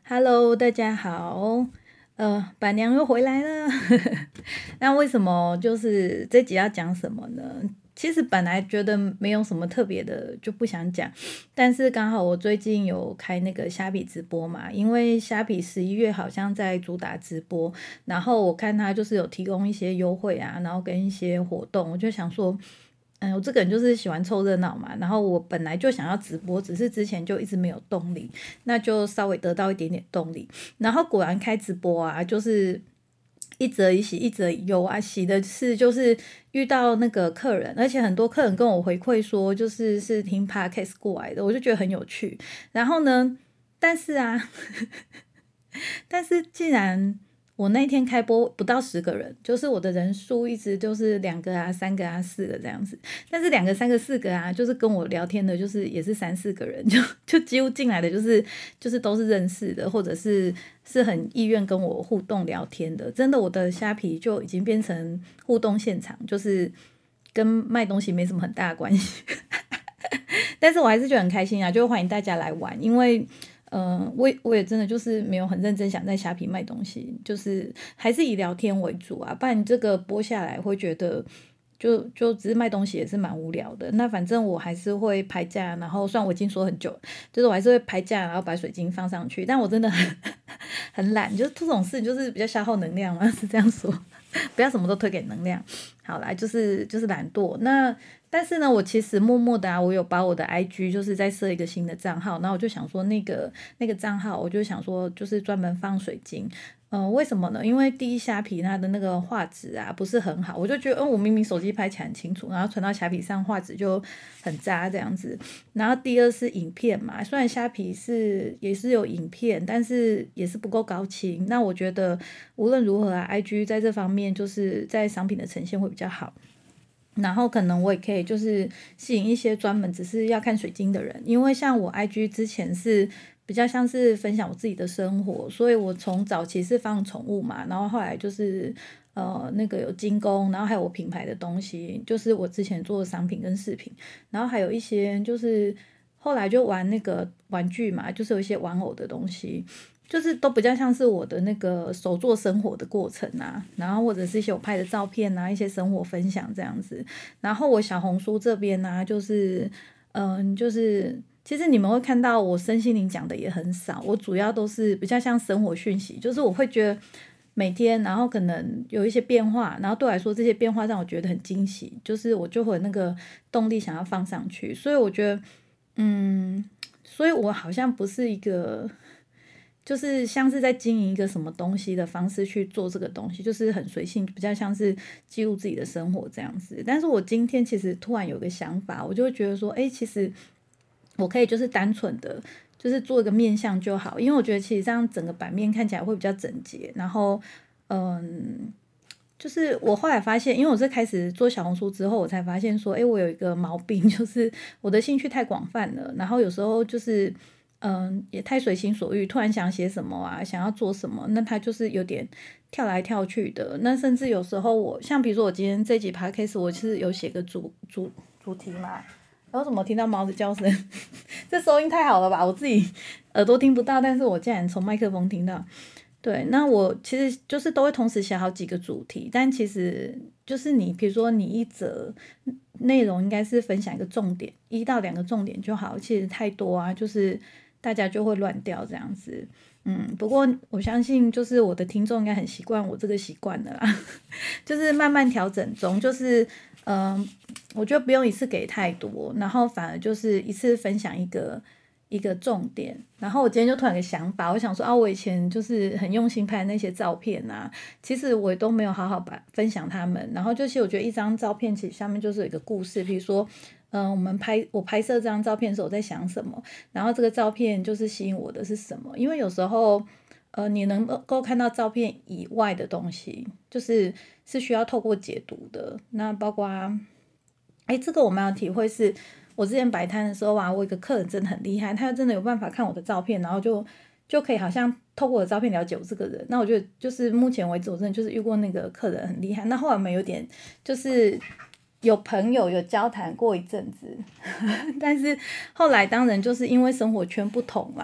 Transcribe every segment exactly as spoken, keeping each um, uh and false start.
Hello，大家好，呃，板娘又回来了。那为什么就是这集要讲什么呢？其实本来觉得没有什么特别的，就不想讲。但是刚好我最近有开那个虾皮直播嘛，因为虾皮十一月好像在主打直播，然后我看他就是有提供一些优惠啊，然后跟一些活动，我就想说。嗯，我这个人就是喜欢凑热闹嘛，然后我本来就想要直播，只是之前就一直没有动力，那就稍微得到一点点动力，然后果然开直播啊，就是一则以喜，一则以忧啊。喜的是就是遇到那个客人，而且很多客人跟我回馈说，就是是听 podcast 过来的，我就觉得很有趣。然后呢，但是啊，但是既然我那天开播不到十个人，就是我的人数一直就是两个啊、三个啊、四个这样子。但是两个、三个、四个啊，就是跟我聊天的，就是也是三四个人，就就几乎进来的就是就是都是认识的，或者是是很意愿跟我互动聊天的。真的，我的虾皮就已经变成互动现场，就是跟卖东西没什么很大的关系。但是我还是觉得很开心啊，就欢迎大家来玩，因为。嗯、呃，我我也真的就是没有很认真想在虾皮卖东西，就是还是以聊天为主啊，不然你这个播下来会觉得就就只是卖东西也是蛮无聊的。那反正我还是会拍价，然后虽然我已经说很久，就是我还是会拍价，然后把水晶放上去，但我真的很很懒，就是这种事就是比较消耗能量嘛，是这样说，不要什么都推给能量。好啦，就是就是懒惰。那但是呢，我其实默默的啊，我有把我的 I G 就是再设一个新的账号，然后我就想说那个那个账号，我就想说就是专门放水晶。嗯、呃，为什么呢？因为第一虾皮它的那个画质啊不是很好，我就觉得，嗯，我明明手机拍起来很清楚，然后传到虾皮上画质就很渣这样子。然后第二是影片嘛，虽然虾皮是也是有影片，但是也是不够高清。那我觉得无论如何啊，I G 在这方面就是在商品的呈现会比较好。然后可能我也可以就是吸引一些专门只是要看水晶的人，因为像我 I G 之前是比较像是分享我自己的生活，所以我从早期是放宠物嘛，然后后来就是呃那个有精工，然后还有我品牌的东西，就是我之前做的商品跟饰品，然后还有一些就是后来就玩那个玩具嘛，就是有一些玩偶的东西。就是都比较像是我的那个手做生活的过程啊，然后或者是一些我拍的照片啊，一些生活分享这样子。然后我小红书这边呢、啊，就是嗯，就是其实你们会看到我身心灵讲的也很少，我主要都是比较像生活讯息，就是我会觉得每天，然后可能有一些变化，然后对我来说这些变化让我觉得很惊喜，就是我就会有那个动力想要放上去，所以我觉得嗯，所以我好像不是一个。就是像是在经营一个什么东西的方式去做这个东西，就是很随性，比较像是记录自己的生活这样子。但是我今天其实突然有个想法，我就会觉得说，哎，其实我可以就是单纯的，就是做一个面相就好，因为我觉得其实这样整个版面看起来会比较整洁。然后，嗯，就是我后来发现，因为我是开始做小红书之后，我才发现说，哎，我有一个毛病，就是我的兴趣太广泛了，然后有时候就是。嗯，也太随心所欲，突然想写什么啊，想要做什么，那他就是有点跳来跳去的。那甚至有时候我，像比如说我今天这集 podcast，我是有写个主主主题嘛，然后怎么听到猫的叫声？这收音太好了吧，我自己耳朵听不到，但是我竟然从麦克风听到。对，那我其实就是都会同时写好几个主题，但其实就是你，比如说你一则内容应该是分享一个重点，一到两个重点就好，其实太多啊，就是大家就会乱掉这样子。嗯，不过我相信就是我的听众应该很习惯我这个习惯的啦，就是慢慢调整中，就是嗯、呃我觉得不用一次给太多，然后反而就是一次分享一个。一个重点，然后我今天就突然有个想法，我想说啊，我以前就是很用心拍的那些照片啊，其实我都没有好好把分享他们。然后就是我觉得一张照片其实下面就是有一个故事，比如说，嗯、呃，我们拍我拍摄这张照片的时候我在想什么，然后这个照片就是吸引我的是什么？因为有时候，呃，你能够看到照片以外的东西，就是是需要透过解读的。那包括哎，这个我蛮有体会是，我之前摆摊的时候啊，我有一个客人真的很厉害，他真的有办法看我的照片，然后就就可以好像透过我的照片了解我这个人。那我觉得就是目前为止，我真的就是遇过那个客人很厉害。那后来我们有点就是有朋友有交谈过一阵子，但是后来当然就是因为生活圈不同嘛，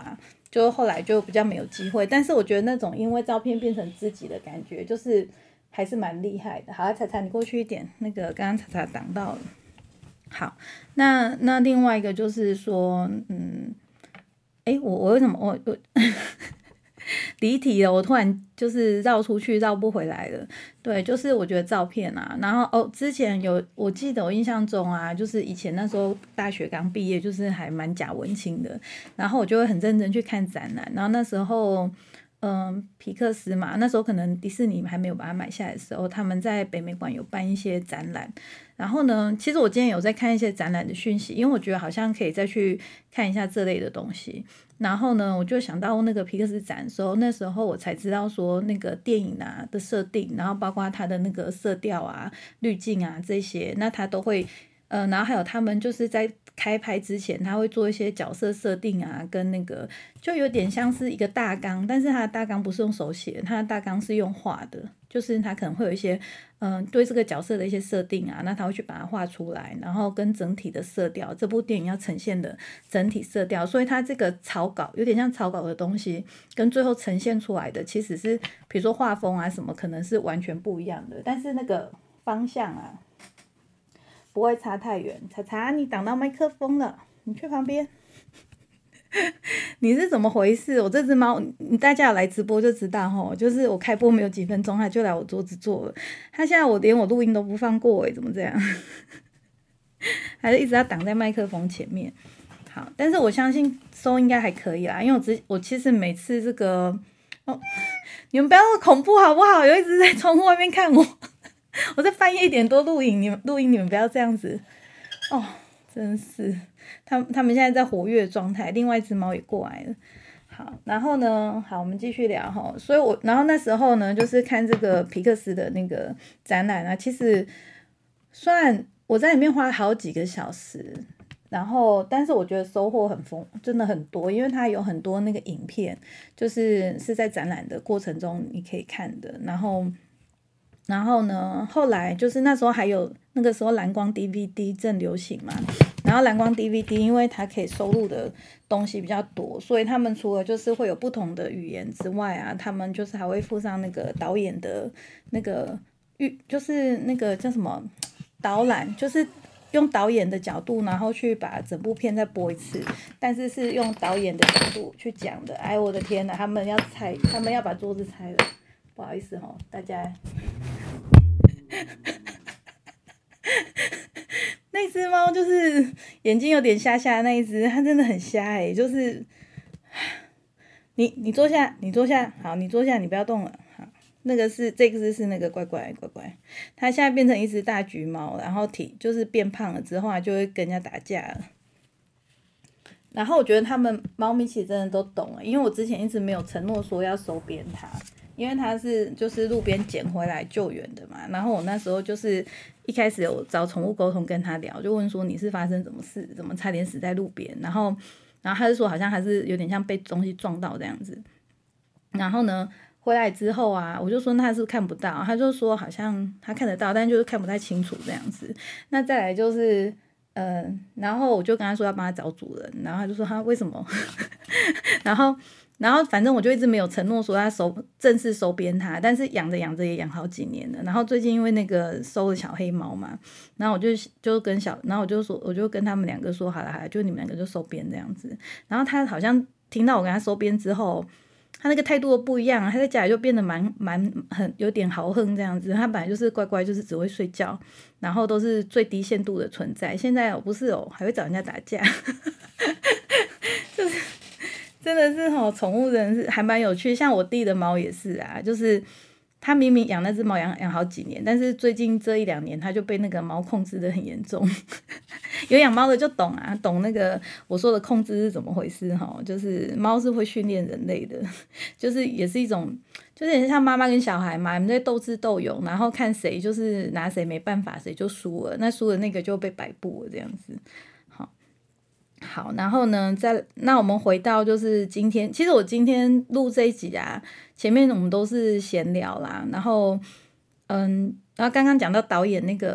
就后来就比较没有机会。但是我觉得那种因为照片变成自己的感觉，就是还是蛮厉害的。好，彩彩你过去一点，那个刚刚彩彩挡到了。好，那那另外一个就是说，嗯，哎，我我为什么我我离题了？我突然就是绕出去，绕不回来了。对，就是我觉得照片啊，然后哦，之前有我记得我印象中啊，就是以前那时候大学刚毕业，就是还蛮假文青的，然后我就会很认真去看展览，然后那时候。嗯，皮克斯嘛，那时候可能迪士尼还没有把它买下来的时候，他们在北美馆有办一些展览。然后呢，其实我今天有在看一些展览的讯息，因为我觉得好像可以再去看一下这类的东西。然后呢，我就想到那个皮克斯展的时候，那时候我才知道说那个电影啊的设定，然后包括它的那个色调啊、滤镜啊这些，那它都会。呃，然后还有他们就是在开拍之前，他会做一些角色设定啊，跟那个就有点像是一个大纲，但是他的大纲不是用手写，他的大纲是用画的，就是他可能会有一些嗯、呃、对这个角色的一些设定啊，那他会去把它画出来，然后跟整体的色调，这部电影要呈现的整体色调，所以他这个草稿有点像草稿的东西，跟最后呈现出来的其实是比如说画风啊什么，可能是完全不一样的，但是那个方向啊。不会差太远，查查，你挡到麦克风了，你去旁边。你是怎么回事？我这只猫，你大家有来直播就知道吼，就是我开播没有几分钟，它就来我桌子坐了。它现在我连我录音都不放过诶，怎么这样？还是一直要挡在麦克风前面。好，但是我相信收应该还可以啦，因为我只我其实每次这个哦，你们不要那么恐怖好不好？有一直在窗户外面看我。我在半夜一点多录影，你们录音你们不要这样子哦，真是，他他们现在在活跃状态，另外一只猫也过来了。好，然后呢，好，我们继续聊哈。所以我，然后那时候呢，就是看这个皮克斯的那个展览啊，其实虽然我在里面花了好几个小时，然后但是我觉得收获很丰，真的很多，因为它有很多那个影片，就是是在展览的过程中你可以看的，然后。然后呢，后来就是那时候还有那个时候蓝光 D V D 正流行嘛，然后蓝光 D V D 因为它可以收录的东西比较多，所以他们除了就是会有不同的语言之外啊，他们就是还会附上那个导演的那个预，就是那个叫什么导览，就是用导演的角度，然后去把整部片再播一次，但是是用导演的角度去讲的。哎，我的天哪，他们要拆，他们要把桌子拆了。不好意思哦，大家。那只猫就是眼睛有点瞎瞎的那一只，它真的很瞎哎、欸，就是你你坐下，你坐下，好，你坐下，你不要动了，好，那个是这个是是那个乖乖乖乖，它现在变成一只大橘猫，然后体就是变胖了之后，它就会跟人家打架了。然后我觉得他们猫咪其实真的都懂了，因为我之前一直没有承诺说要收编它。因为它是就是路边捡回来救援的嘛，然后我那时候就是一开始有找宠物沟通跟他聊，就问说你是发生什么事，怎么差点死在路边，然后然后他就说好像还是有点像被东西撞到这样子，然后呢回来之后啊，我就说那他是看不到，他就说好像他看得到，但就是看不太清楚这样子。那再来就是呃，然后我就跟他说要帮他找主人，然后他就说他为什么，然后。然后反正我就一直没有承诺说要收正式收编它，但是养着养着也养好几年了。然后最近因为那个收了小黑猫嘛，然后我就就跟小，然后我就说我就跟他们两个说好了好了，就你们两个就收编这样子。然后他好像听到我跟他收编之后，他那个态度不一样，他在家里就变得蛮蛮很有点豪横这样子。他本来就是乖乖，就是只会睡觉，然后都是最低限度的存在。现在我不是哦，还会找人家打架，就是。真的是吼，宠物人是还蛮有趣，像我弟的猫也是啊，就是他明明养那只猫养养好几年，但是最近这一两年他就被那个猫控制的很严重。有养猫的就懂啊，懂那个我说的控制是怎么回事哈，就是猫是会训练人类的，就是也是一种，就是很像妈妈跟小孩嘛，你们在斗智斗勇，然后看谁就是拿谁没办法，谁就输了，那输了那个就被摆布了这样子。好，然后呢，再那我们回到就是今天，其实我今天录这一集啊，前面我们都是闲聊啦，然后嗯，然后刚刚讲到导演那个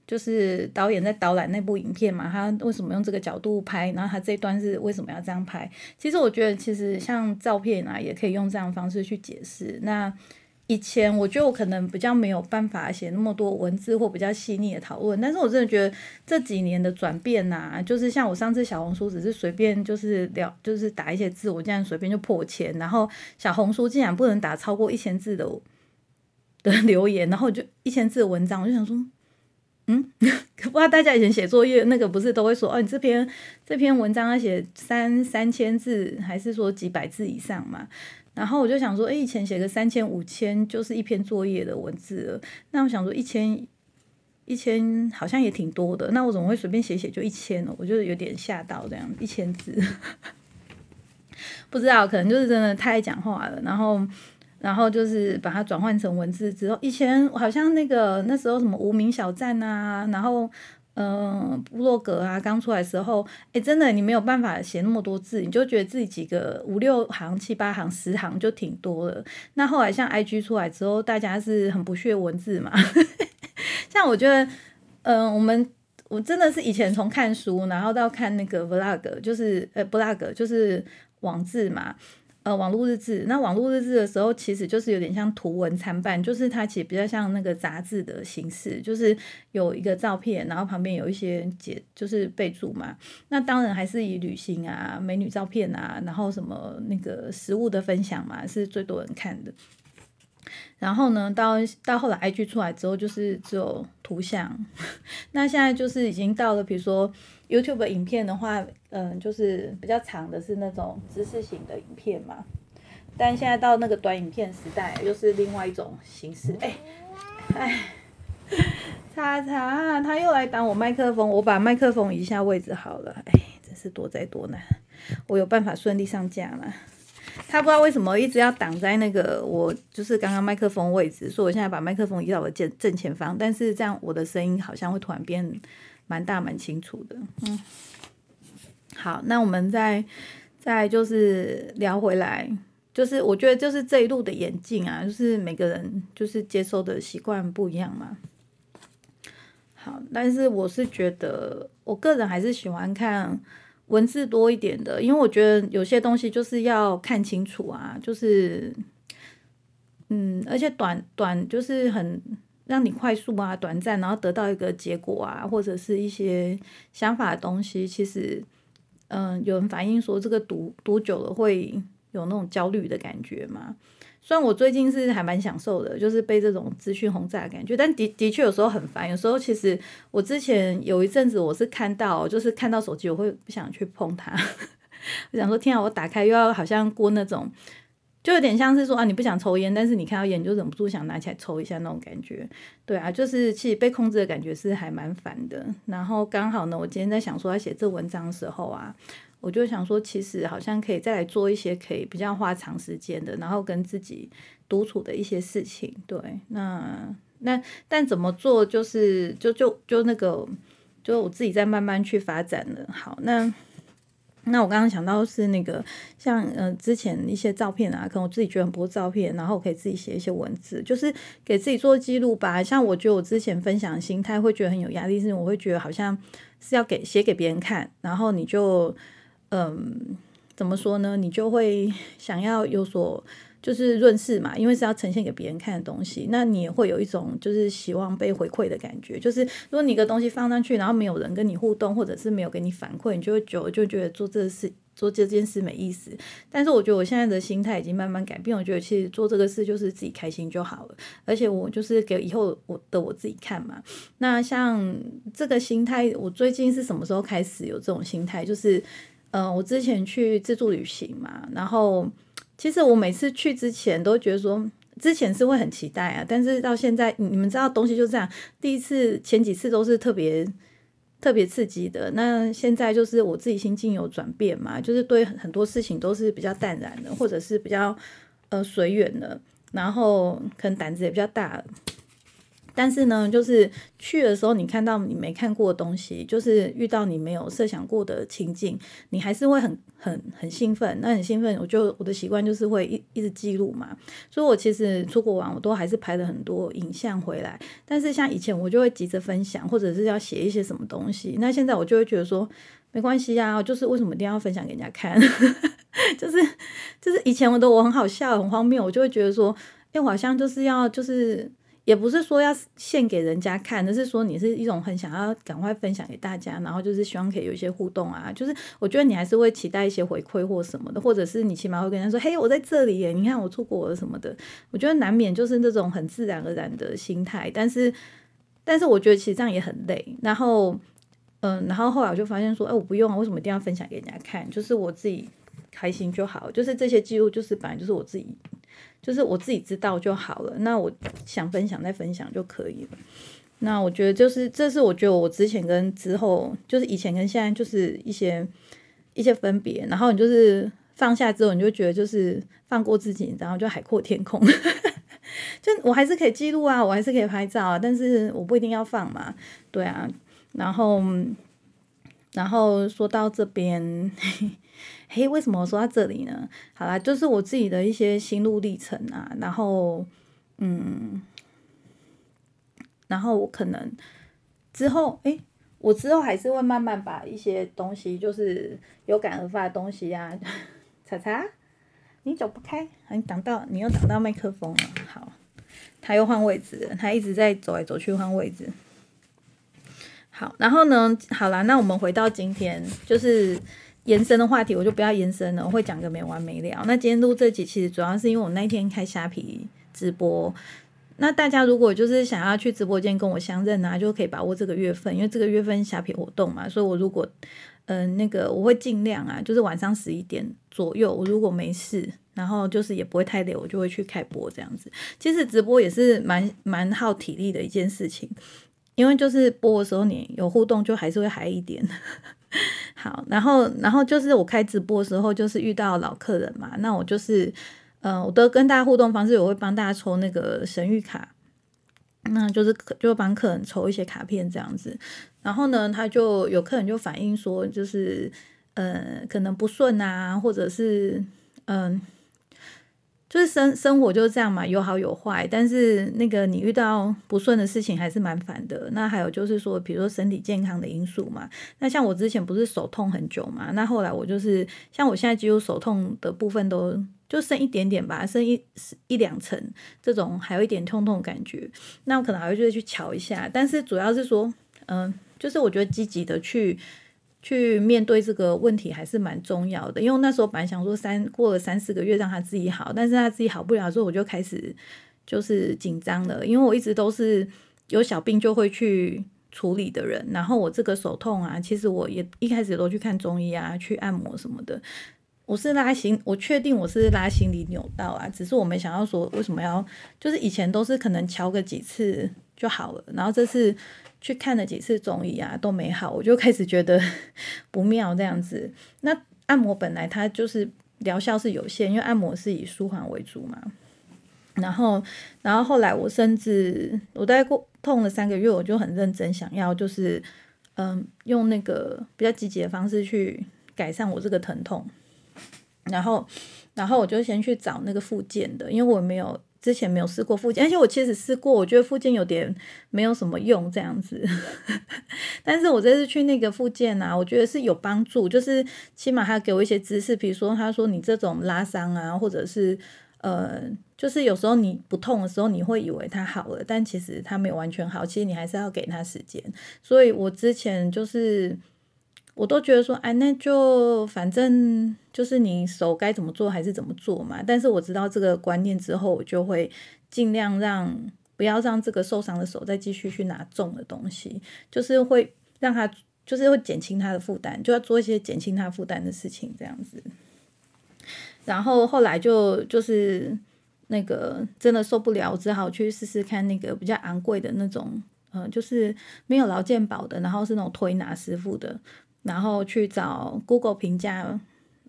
就是导演在导览那部影片嘛，他为什么用这个角度拍，然后他这一段是为什么要这样拍。其实我觉得，其实像照片啊，也可以用这样的方式去解释。那以前我觉得我可能比较没有办法写那么多文字或比较细腻的讨论，但是我真的觉得这几年的转变啊，就是像我上次小红书只是随便就是聊，就是打一些字，我竟然随便就破千，然后小红书竟然不能打超过一千字的的留言，然后就一千字的文章，我就想说，嗯，不知道大家以前写作业那个不是都会说，哦，你这篇这篇文章要写三三千字，还是说几百字以上嘛？然后我就想说，哎，以前写个三千五千就是一篇作业的文字了。那我想说一千一千好像也挺多的，那我怎么会随便写写就一千呢？我就有点吓到，这样一千字，不知道可能就是真的太爱讲话了。然后，然后就是把它转换成文字之后，以前好像那个那时候什么无名小站啊，然后。嗯，部落格啊，刚出来的时候，哎，真的你没有办法写那么多字，你就觉得自己几个五六行、七八行、十行就挺多了。那后来像 I G 出来之后，大家是很不屑文字嘛。像我觉得，嗯、呃，我们我真的是以前从看书，然后到看那个 vlog， 就是呃 blog， 就是网志嘛。呃，网络日志，那网络日志的时候，其实就是有点像图文参半，就是它其实比较像那个杂志的形式，就是有一个照片，然后旁边有一些解，就是备注嘛。那当然还是以旅行啊、美女照片啊，然后什么那个食物的分享嘛，是最多人看的。然后呢，到到后来 I G 出来之后，就是只有图像。那现在就是已经到了，比如说 YouTube 影片的话，嗯，就是比较长的是那种知识型的影片嘛。但现在到那个短影片时代，又是另外一种形式。哎，哎，叉叉，他又来挡我麦克风，我把麦克风移一下位置好了。哎，真是多灾多难。我有办法顺利上架吗？他不知道为什么一直要挡在那个我就是刚刚麦克风位置，所以我现在把麦克风移到我的正前方，但是这样我的声音好像会突然变蛮大蛮清楚的。嗯，好，那我们再再就是聊回来，就是我觉得就是这一路的演进啊，就是每个人就是接收的习惯不一样嘛。好，但是我是觉得我个人还是喜欢看文字多一点的，因为我觉得有些东西就是要看清楚啊，就是嗯，而且短短就是很让你快速啊、短暂，然后得到一个结果啊，或者是一些想法的东西，其实嗯，有人反映说这个读读久了会有那种焦虑的感觉嘛。虽然我最近是还蛮享受的，就是被这种资讯轰炸的感觉，但的的确有时候很烦。有时候其实我之前有一阵子我是看到，就是看到手机我会不想去碰它，我想说天啊，我打开又要好像过那种，就有点像是说啊，你不想抽烟，但是你看到烟就忍不住想拿起来抽一下那种感觉。对啊，就是其实被控制的感觉是还蛮烦的。然后刚好呢，我今天在想说要写这文章的时候啊。我就想说，其实好像可以再来做一些可以比较花长时间的，然后跟自己独处的一些事情。对，那那但怎么做，就是就就就那个，就我自己在慢慢去发展了。好，那那我刚刚想到是那个像呃之前一些照片啊，可能我自己觉得很多照片，然后我可以自己写一些文字，就是给自己做记录吧。像我觉得我之前分享的心态会觉得很有压力，是我会觉得好像是要给写给别人看，然后你就。嗯，怎么说呢？你就会想要有所就是润饰嘛，因为是要呈现给别人看的东西，那你也会有一种就是希望被回馈的感觉。就是如果你一个东西放上去，然后没有人跟你互动，或者是没有给你反馈，你就会久了就觉得做这事做这件事没意思。但是我觉得我现在的心态已经慢慢改变，我觉得其实做这个事就是自己开心就好了，而且我就是给以后我的我自己看嘛。那像这个心态，我最近是什么时候开始有这种心态？就是嗯、呃，我之前去自助旅行嘛，然后其实我每次去之前都觉得说，之前是会很期待啊，但是到现在，你们知道东西就这样，第一次前几次都是特别特别刺激的，那现在就是我自己心境有转变嘛，就是对很多事情都是比较淡然的，或者是比较呃随缘的，然后可能胆子也比较大了。 但是呢，就是去的时候，你看到你没看过的东西，就是遇到你没有设想过的情境，你还是会很很很兴奋。那很兴奋，我就我的习惯就是会一一直记录嘛。所以我其实出国玩，我都还是拍了很多影像回来。但是像以前我就会急着分享，或者是要写一些什么东西。那现在我就会觉得说，没关系啊，就是为什么一定要分享给人家看？就是就是以前我的我很好笑，很荒谬，我就会觉得说，哎，我好像就是要就是。也不是说要献给人家看，而是说你是一种很想要赶快分享给大家，然后就是希望可以有一些互动啊。就是我觉得你还是会期待一些回馈或什么的，或者是你起码会跟人家说：“嘿，我在这里耶，你看我出国了什么的。”我觉得难免就是那种很自然而然的心态，但是但是我觉得其实这样也很累。然后嗯、呃，然后后来我就发现说：“哎，我不用啊，为什么一定要分享给人家看？就是我自己开心就好，就是这些记录就是本来就是我自己。”就是我自己知道就好了，那我想分享再分享就可以了。那我觉得就是这是我觉得我之前跟之后，就是以前跟现在就是一些一些分别。然后你就是放下之后，你就觉得就是放过自己，然后就海阔天空。就我还是可以记录啊，我还是可以拍照啊，但是我不一定要放嘛，对啊。然后然后说到这边。嘿，为什么我说到这里呢？好啦，就是我自己的一些心路历程啊，然后，嗯，然后我可能之后，诶，我之后还是会慢慢把一些东西，就是有感而发的东西啊，查查，你走不开，你挡到，你又挡到麦克风了，好，他又换位置了，他一直在走来走去换位置。好，然后呢，好啦，那我们回到今天，就是。延伸的话题我就不要延伸了，我会讲个没完没了。那今天录这集其实主要是因为我那天开虾皮直播，那大家如果就是想要去直播间跟我相认啊，就可以把握这个月份，因为这个月份虾皮活动嘛，所以我如果嗯、呃、那个我会尽量啊，就是晚上十一点左右，我如果没事，然后就是也不会太累，我就会去开播这样子。其实直播也是蛮蛮耗体力的一件事情，因为就是播的时候你有互动，就还是会嗨一点。好，然后，然后就是我开直播的时候，就是遇到老客人嘛，那我就是，呃，我的跟大家互动方式，我会帮大家抽那个神谕卡，那就是就帮客人抽一些卡片这样子。然后呢，他就有客人就反映说，就是呃，可能不顺啊，或者是嗯。呃就是生生活就是这样嘛，有好有坏，但是那个你遇到不顺的事情还是蛮烦的。那还有就是说，比如说身体健康的因素嘛，那像我之前不是手痛很久嘛，那后来我就是像我现在几乎手痛的部分都就剩一点点吧，剩一一两层这种，还有一点痛痛的感觉，那我可能还会就是去瞧一下，但是主要是说，嗯、呃，就是我觉得积极的去。去面对这个问题还是蛮重要的，因为那时候本来想说三过了三四个月让他自己好，但是他自己好不了之后，我就开始就是紧张了，因为我一直都是有小病就会去处理的人，然后我这个手痛啊，其实我也一开始都去看中医啊，去按摩什么的。我是拉行，我确定我是拉行李扭到啊，只是我没想到说为什么要，就是以前都是可能敲个几次就好了，然后这次去看了几次中医啊都没好，我就开始觉得不妙这样子。那按摩本来它就是疗效是有限，因为按摩是以舒缓为主嘛。然后，然后后来我甚至我大概过痛了三个月，我就很认真想要就是嗯用那个比较积极的方式去改善我这个疼痛。然后，然后我就先去找那个复健的，因为我没有之前没有试过复健，而且我其实试过，我觉得复健有点没有什么用这样子。但是我这次去那个复健啊，我觉得是有帮助，就是起码他给我一些知识，比如说他说你这种拉伤啊，或者是呃，就是有时候你不痛的时候，你会以为它好了，但其实它没有完全好，其实你还是要给他时间。所以我之前就是。我都觉得说，哎，那就反正就是你手该怎么做还是怎么做嘛。但是我知道这个观念之后，我就会尽量让不要让这个受伤的手再继续去拿重的东西，就是会让他就是会减轻他的负担，就要做一些减轻他负担的事情这样子。然后后来就就是那个真的受不了，我只好去试试看那个比较昂贵的那种，呃，就是没有劳健保的，然后是那种推拿师傅的。然后去找 Google 评价，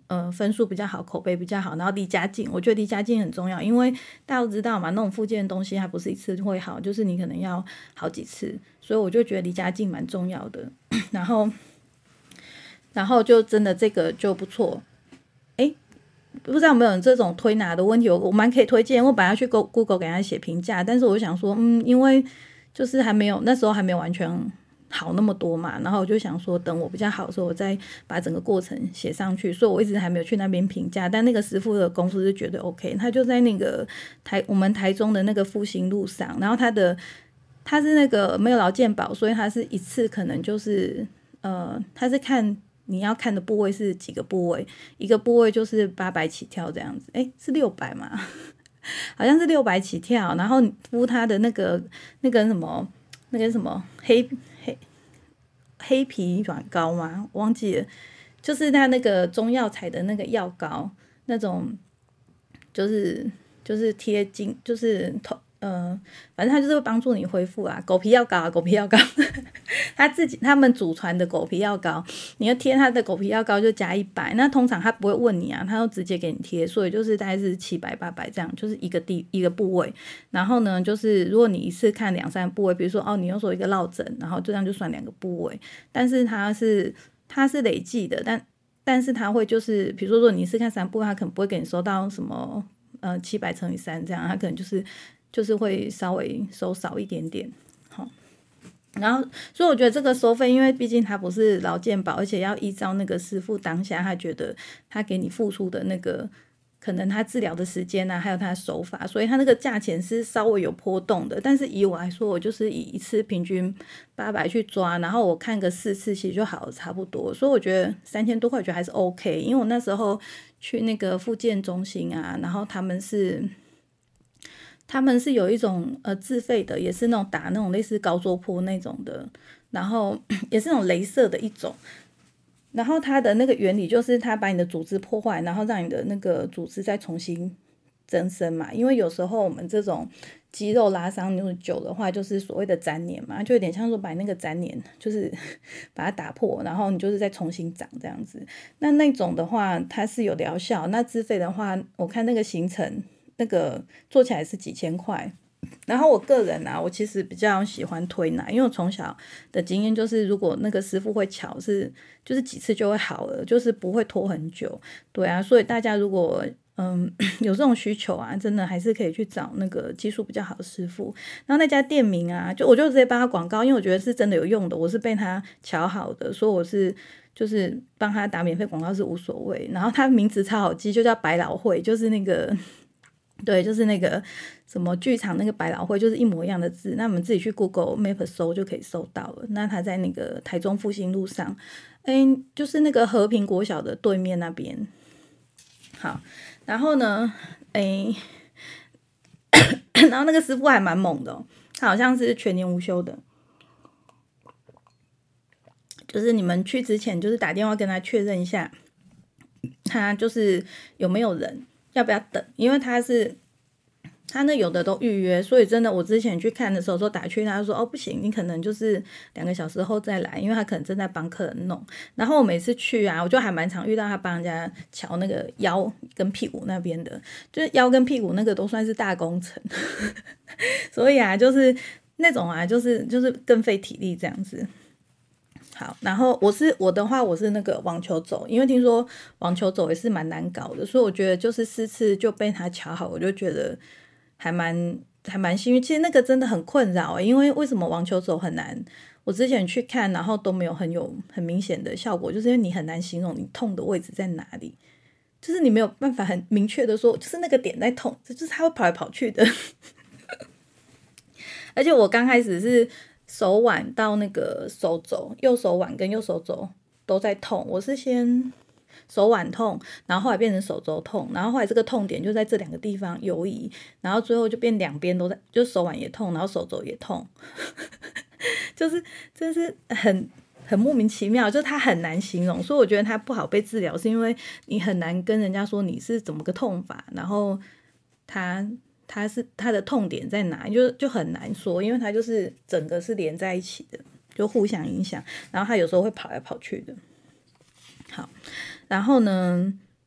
呃分数比较好，口碑比较好，然后离家近，我觉得离家近很重要，因为大家都知道嘛，那种复健的东西它不是一次会好，就是你可能要好几次，所以我就觉得离家近蛮重要的。然后，然后就真的这个就不错。哎，不知道有没有人这种推拿的问题，我我蛮可以推荐。我本来要去 Google 给他写评价，但是我想说，嗯，因为就是还没有那时候还没有完全好那么多嘛，然后我就想说，等我比较好的时候，我再把整个过程写上去。所以我一直还没有去那边评价，但那个师傅的功夫是绝对 OK。他就在那个台我们台中的那个复兴路上，然后他的他是那个没有劳健保，所以他是一次可能就是呃，他是看。你要看的部位是几个部位？一个部位就是八百起跳这样子，诶，是六百吗？好像是六百起跳，然后敷他的那个那个什么那个什么黑黑黑皮软膏吗？忘记了，就是他那个中药材的那个药膏，那种就是就是贴金，就是头。呃，反正它就是会帮助你恢复啊，狗皮药膏啊，狗皮药膏，他自己他们祖传的狗皮药膏，你要贴他的狗皮药膏就加一百，那通常他不会问你啊，他就直接给你贴，所以就是大概是七百八百这样，就是一个地一个部位。然后呢，就是如果你一次看两三部位，比如说哦，你又说一个落枕，然后这样就算两个部位，但是它是它是累计的，但但是它会就是比如说如果你一次看三部位，他可能不会给你收到什么呃七百乘以三这样，他可能就是。就是会稍微收少一点点，好，然后所以我觉得这个收费，因为毕竟它不是劳健保，而且要依照那个师傅当下他觉得他给你付出的那个可能他治疗的时间啊，还有他的手法，所以他那个价钱是稍微有波动的。但是以我来说，我就是以一次平均八百去抓，然后我看个四次其实就好了差不多，所以我觉得三千多块我觉得还是 OK， 因为我那时候去那个复健中心啊，然后他们是。他们是有一种呃自费的，也是那种打那种类似高周波那种的，然后也是那种雷射的一种。然后它的那个原理就是它把你的组织破坏，然后让你的那个组织再重新增生嘛。因为有时候我们这种肌肉拉伤那种久的话，就是所谓的粘连嘛，就有点像说把那个粘连就是把它打破，然后你就是再重新长这样子。那那种的话，它是有疗效。那自费的话，我看那个行程。那个做起来是几千块，然后我个人啊，我其实比较喜欢推拿，因为我从小的经验就是，如果那个师傅会巧，是就是几次就会好了，就是不会拖很久。对啊，所以大家如果嗯有这种需求啊，真的还是可以去找那个技术比较好的师傅。然后那家店名啊，就我就直接帮他广告，因为我觉得是真的有用的，我是被他瞧好的，所以我是。就是帮他打免费广告是无所谓，然后他名字超好记，就叫百老汇，就是那个。对，就是那个什么剧场那个百老汇，就是一模一样的字。那我们自己去 Google Map 搜就可以搜到了。那它在那个台中复兴路上，哎，就是那个和平国小的对面那边。好，然后呢，哎，然后那个师傅还蛮猛的、哦，他好像是全年无休的。就是你们去之前，就是打电话跟他确认一下，他就是有没有人。要不要等？因为他是他那有的都预约，所以真的我之前去看的时候都打去，他就说哦不行，你可能就是两个小时后再来，因为他可能正在帮客人弄。然后我每次去啊，我就还蛮常遇到他帮人家瞧那个腰跟屁股那边的，就是腰跟屁股那个都算是大工程，所以啊，就是那种啊，就是就是更费体力这样子。好，然后我是我的话，我是那个网球肘，因为听说网球肘也是蛮难搞的，所以我觉得就是四次就被他瞧好，我就觉得还蛮还蛮幸运。其实那个真的很困扰，因为为什么网球肘很难？我之前去看，然后都没有很有很明显的效果，就是因为你很难形容你痛的位置在哪里，就是你没有办法很明确的说，就是那个点在痛，就是他会跑来跑去的。而且我刚开始是。手腕到那个手肘，右手腕跟右手肘都在痛。我是先手腕痛，然后后来变成手肘痛，然后后来这个痛点就在这两个地方游移，然后最后就变两边都在，就手腕也痛，然后手肘也痛，就是真是很很莫名其妙，就是它很难形容，所以我觉得它不好被治疗，是因为你很难跟人家说你是怎么个痛法，然后它。它是它的痛点在哪，就就很难说，因为它就是整个是连在一起的，就互相影响。然后它有时候会跑来跑去的。好，然后呢，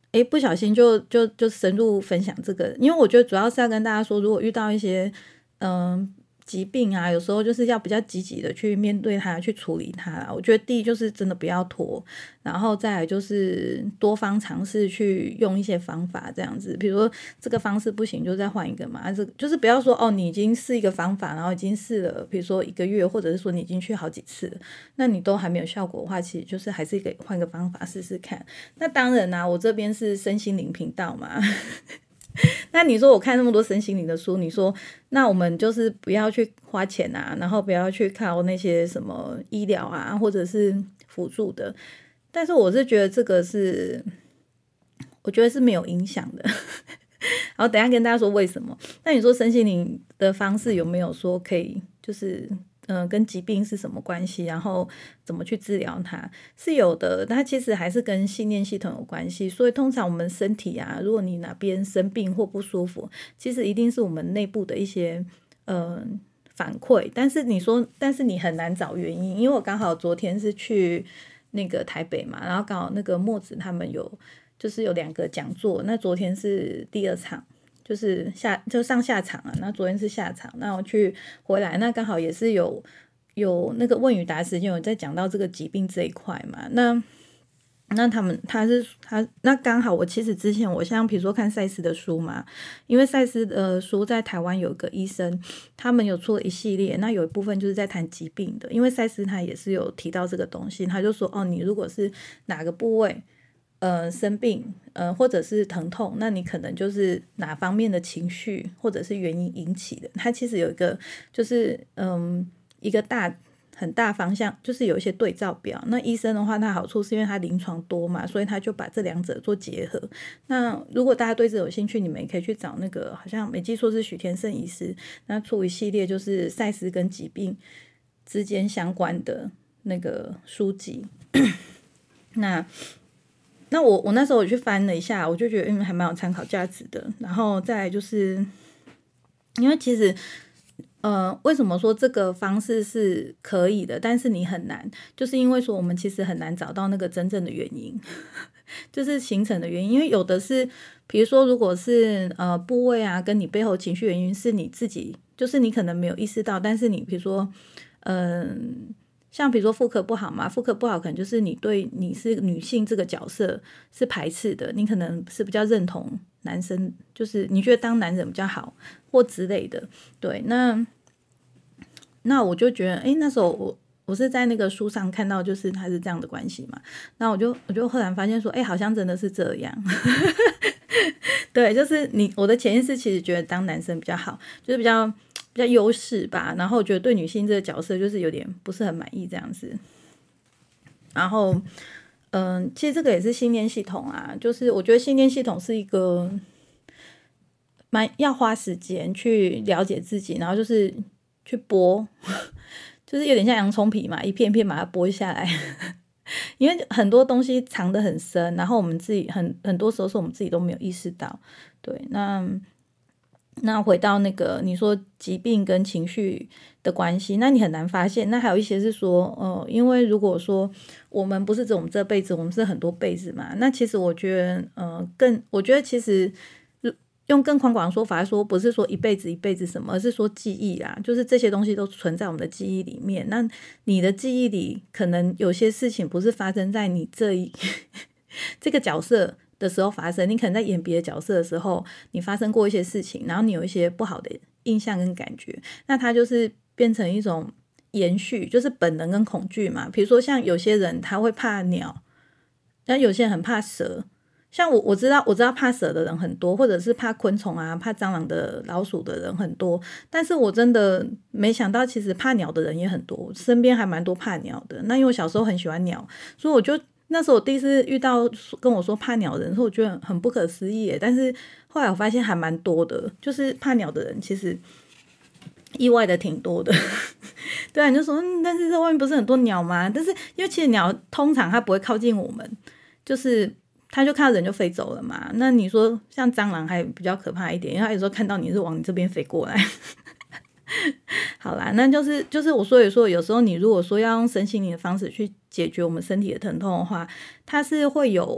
诶不小心就就就深入分享这个，因为我觉得主要是要跟大家说，如果遇到一些嗯疾病啊，有时候就是要比较积极的去面对它，去处理它啦。我觉得第一就是真的不要拖，然后再来就是多方尝试去用一些方法这样子，比如说这个方式不行就再换一个嘛，这就是不要说哦你已经试一个方法，然后已经试了比如说一个月，或者是说你已经去好几次了，那你都还没有效果的话，其实就是还是可以换个方法试试看。那当然啦、啊，我这边是身心灵频道嘛那你说我看那么多身心灵的书，你说那我们就是不要去花钱啊，然后不要去靠那些什么医疗啊或者是辅助的，但是我是觉得这个是我觉得是没有影响的然后等一下跟大家说为什么。那你说身心灵的方式有没有说可以就是嗯、呃，跟疾病是什么关系，然后怎么去治疗它，是有的，它其实还是跟信念系统有关系。所以通常我们身体啊，如果你哪边生病或不舒服，其实一定是我们内部的一些呃反馈，但是你说但是你很难找原因。因为我刚好昨天是去那个台北嘛，然后刚好那个墨子他们有就是有两个讲座，那昨天是第二场，就是下就上下场啊，那昨天是下场，那我去回来，那刚好也是有有那个问与答时间，有在讲到这个疾病这一块嘛，那那他们他是他那刚好我其实之前我像比如说看赛斯的书嘛，因为赛斯的书在台湾有一个医生，他们有出了一系列，那有一部分就是在谈疾病的，因为赛斯他也是有提到这个东西，他就说哦，你如果是哪个部位呃生病呃或者是疼痛，那你可能就是哪方面的情绪或者是原因引起的。它其实有一个就是嗯一个大很大方向，就是有一些对照表。那医生的话，他好处是因为他临床多嘛，所以他就把这两者做结合。那如果大家对这有兴趣，你们也可以去找那个好像没记错是许天胜医师，那出一系列就是赛斯跟疾病之间相关的那个书籍那那我我那时候我去翻了一下，我就觉得嗯还蛮有参考价值的。然后再来就是因为其实呃为什么说这个方式是可以的，但是你很难，就是因为说我们其实很难找到那个真正的原因就是形成的原因。因为有的是比如说如果是呃部位啊跟你背后情绪原因是你自己，就是你可能没有意识到，但是你比如说嗯、呃像比如说妇科不好嘛，妇科不好可能就是你对你是女性这个角色是排斥的，你可能是比较认同男生，就是你觉得当男人比较好或之类的。对，那那我就觉得诶那时候我我是在那个书上看到就是他是这样的关系嘛，那我就我就忽然发现说诶好像真的是这样对，就是你我的潜意识其实觉得当男生比较好，就是比较比较优势吧，然后我觉得对女性这个角色就是有点不是很满意这样子。然后嗯，其实这个也是信念系统啊，就是我觉得信念系统是一个蛮要花时间去了解自己，然后就是去剥就是有点像洋葱皮嘛，一片片把它剥下来因为很多东西藏得很深，然后我们自己很很多时候是我们自己都没有意识到。对，那那回到那个你说疾病跟情绪的关系，那你很难发现。那还有一些是说呃，因为如果说我们不是只有我们这辈子，我们是很多辈子嘛，那其实我觉得呃更我觉得其实用更宽广的说法来说，不是说一辈子一辈子什么，而是说记忆啦，就是这些东西都存在我们的记忆里面。那你的记忆里可能有些事情不是发生在你这一这个角色的时候发生，你可能在演别的角色的时候你发生过一些事情，然后你有一些不好的印象跟感觉，那它就是变成一种延续，就是本能跟恐惧嘛。比如说像有些人他会怕鸟，但有些人很怕蛇，像我我知道我知道怕蛇的人很多，或者是怕昆虫啊怕蟑螂的老鼠的人很多，但是我真的没想到其实怕鸟的人也很多，身边还蛮多怕鸟的。那因为我小时候很喜欢鸟，所以我就那时候我第一次遇到跟我说怕鸟的人，所以我觉得很不可思议耶。但是后来我发现还蛮多的，就是怕鸟的人其实意外的挺多的对啊，你就说嗯，但是在外面不是很多鸟吗？但是因为其实鸟通常它不会靠近我们，就是他就看到人就飞走了嘛。那你说像蟑螂还比较可怕一点，因为他有时候看到你是往你这边飞过来好啦，那就是就是我所以说有时候你如果说要用身心灵的方式去解决我们身体的疼痛的话，它是会有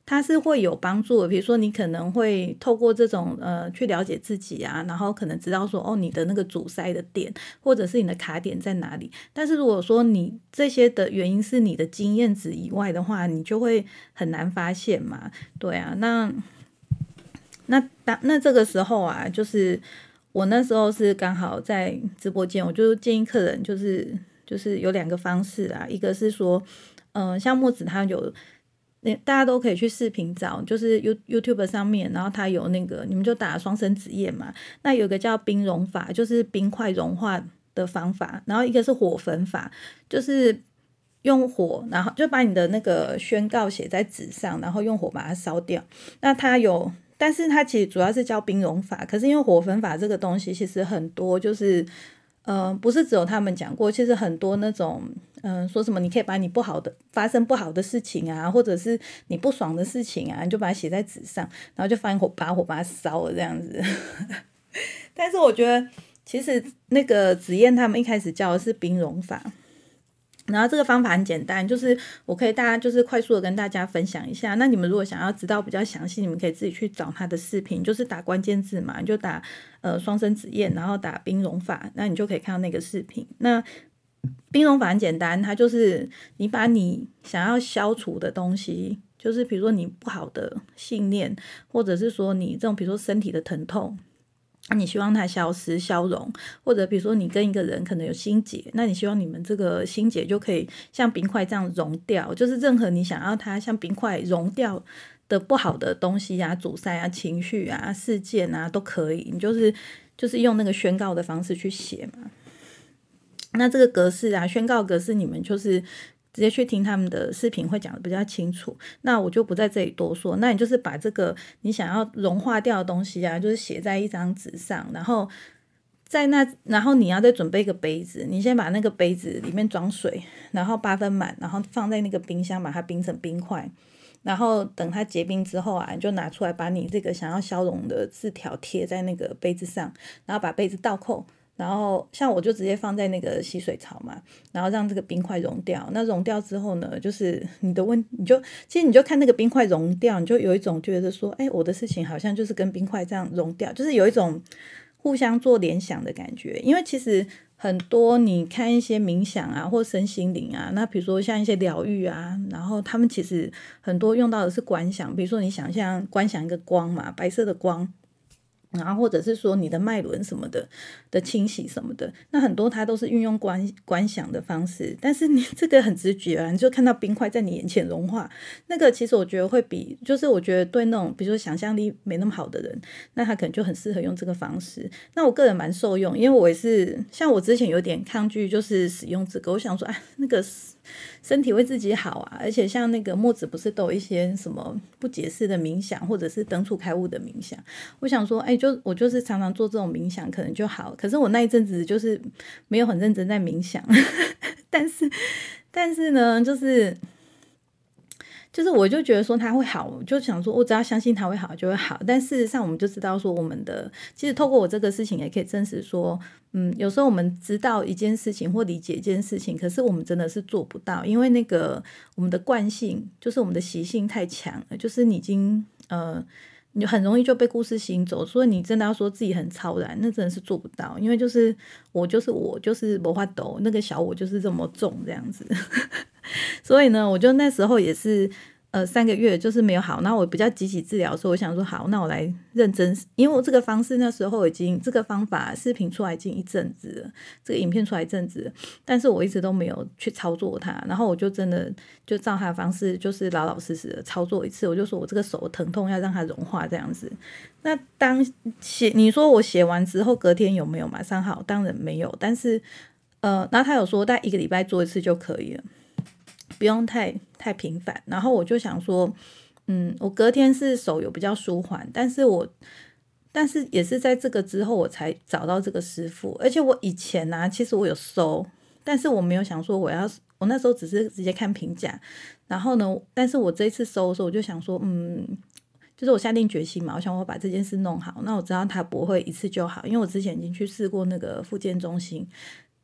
它是会有帮助的。比如说你可能会透过这种呃去了解自己啊，然后可能知道说哦你的那个阻塞的点，或者是你的卡点在哪里。但是如果说你这些的原因是你的经验值以外的话，你就会很难发现嘛。对啊，那那当那这个时候啊，就是我那时候是刚好在直播间，我就建议客人就是就是有两个方式啊，一个是说，嗯、呃，像墨子他有，那大家都可以去视频找，就是 You YouTube 上面，然后它有那个，你们就打双生子夜嘛，那有个叫冰融法，就是冰块融化的方法，然后一个是火焚法，就是用火，然后就把你的那个宣告写在纸上，然后用火把它烧掉。那它有，但是它其实主要是叫冰融法，可是因为火焚法这个东西其实很多就是。呃，不是只有他们讲过，其实很多那种，嗯、呃，说什么你可以把你不好的发生不好的事情啊，或者是你不爽的事情啊，你就把它写在纸上，然后就放火把火把它烧了这样子。但是我觉得，其实那个子燕他们一开始教的是冰融法。然后这个方法很简单，就是我可以大家就是快速的跟大家分享一下。那你们如果想要知道比较详细，你们可以自己去找他的视频，就是打关键字嘛，你就打呃双生子燕，然后打冰融法，那你就可以看到那个视频。那冰融法很简单，它就是你把你想要消除的东西，就是比如说你不好的信念，或者是说你这种比如说身体的疼痛。你希望它消失消融，或者比如说你跟一个人可能有心结，那你希望你们这个心结就可以像冰块这样融掉，就是任何你想要它像冰块融掉的不好的东西啊、阻塞啊、情绪啊、事件啊都可以，你就是就是用那个宣告的方式去写嘛。那这个格式啊，宣告格式你们就是直接去听他们的视频会讲的比较清楚，那我就不在这里多说。那你就是把这个你想要融化掉的东西啊，就是写在一张纸上，然后在那，然后你要再准备一个杯子，你先把那个杯子里面装水，然后八分满，然后放在那个冰箱，把它冰成冰块。然后等它结冰之后啊，你就拿出来，把你这个想要消融的字条贴在那个杯子上，然后把杯子倒扣。然后像我就直接放在那个吸水槽嘛，然后让这个冰块融掉。那融掉之后呢，就是你的问，你就其实你就看那个冰块融掉，你就有一种觉得说，哎，我的事情好像就是跟冰块这样融掉，就是有一种互相做联想的感觉。因为其实很多你看一些冥想啊，或身心灵啊，那比如说像一些疗愈啊，然后他们其实很多用到的是观想，比如说你想象观想一个光嘛，白色的光。然后或者是说你的脉轮什么的的清洗什么的，那很多它都是运用观观想的方式，但是你这个很直觉啊，你就看到冰块在你眼前融化，那个其实我觉得会比，就是我觉得对那种比如说想象力没那么好的人，那他可能就很适合用这个方式。那我个人蛮受用，因为我也是像我之前有点抗拒，就是使用这个，我想说，哎，那个身体为自己好啊，而且像那个墨子不是都有一些什么不解释的冥想，或者是等处开悟的冥想，我想说，哎，就我就是常常做这种冥想，可能就好。可是我那一阵子就是没有很认真在冥想，但是但是呢，就是就是我就觉得说它会好，我就想说我只要相信它会好就会好。但事实上我们就知道说我们的其实透过我这个事情也可以证实说，嗯，有时候我们知道一件事情或理解一件事情，可是我们真的是做不到，因为那个我们的惯性就是我们的习性太强了，就是你已经呃。你很容易就被故事吸引走，所以你真的要说自己很超然，那真的是做不到，因为就是我就是我就是魔法斗，那个小我就是这么重这样子，所以呢，我就那时候也是呃三个月就是没有好，那我比较积极治疗，所以我想说好，那我来认真，因为我这个方式那时候已经这个方法视频出来已经一阵子了，这个影片出来一阵子了，但是我一直都没有去操作它，然后我就真的就照他的方式，就是老老实实的操作一次，我就说我这个手疼痛要让它融化这样子。那当写你说我写完之后隔天有没有马上好？当然没有，但是呃，然后他有说大概一个礼拜做一次就可以了。不用太太频繁，然后我就想说，嗯，我隔天是手有比较舒缓，但是我但是也是在这个之后我才找到这个师傅，而且我以前啊，其实我有收，但是我没有想说我要，我那时候只是直接看评价，然后呢，但是我这一次收的时候，我就想说，嗯，就是我下定决心嘛，我想我把这件事弄好，那我知道它不会一次就好，因为我之前已经去试过那个复健中心。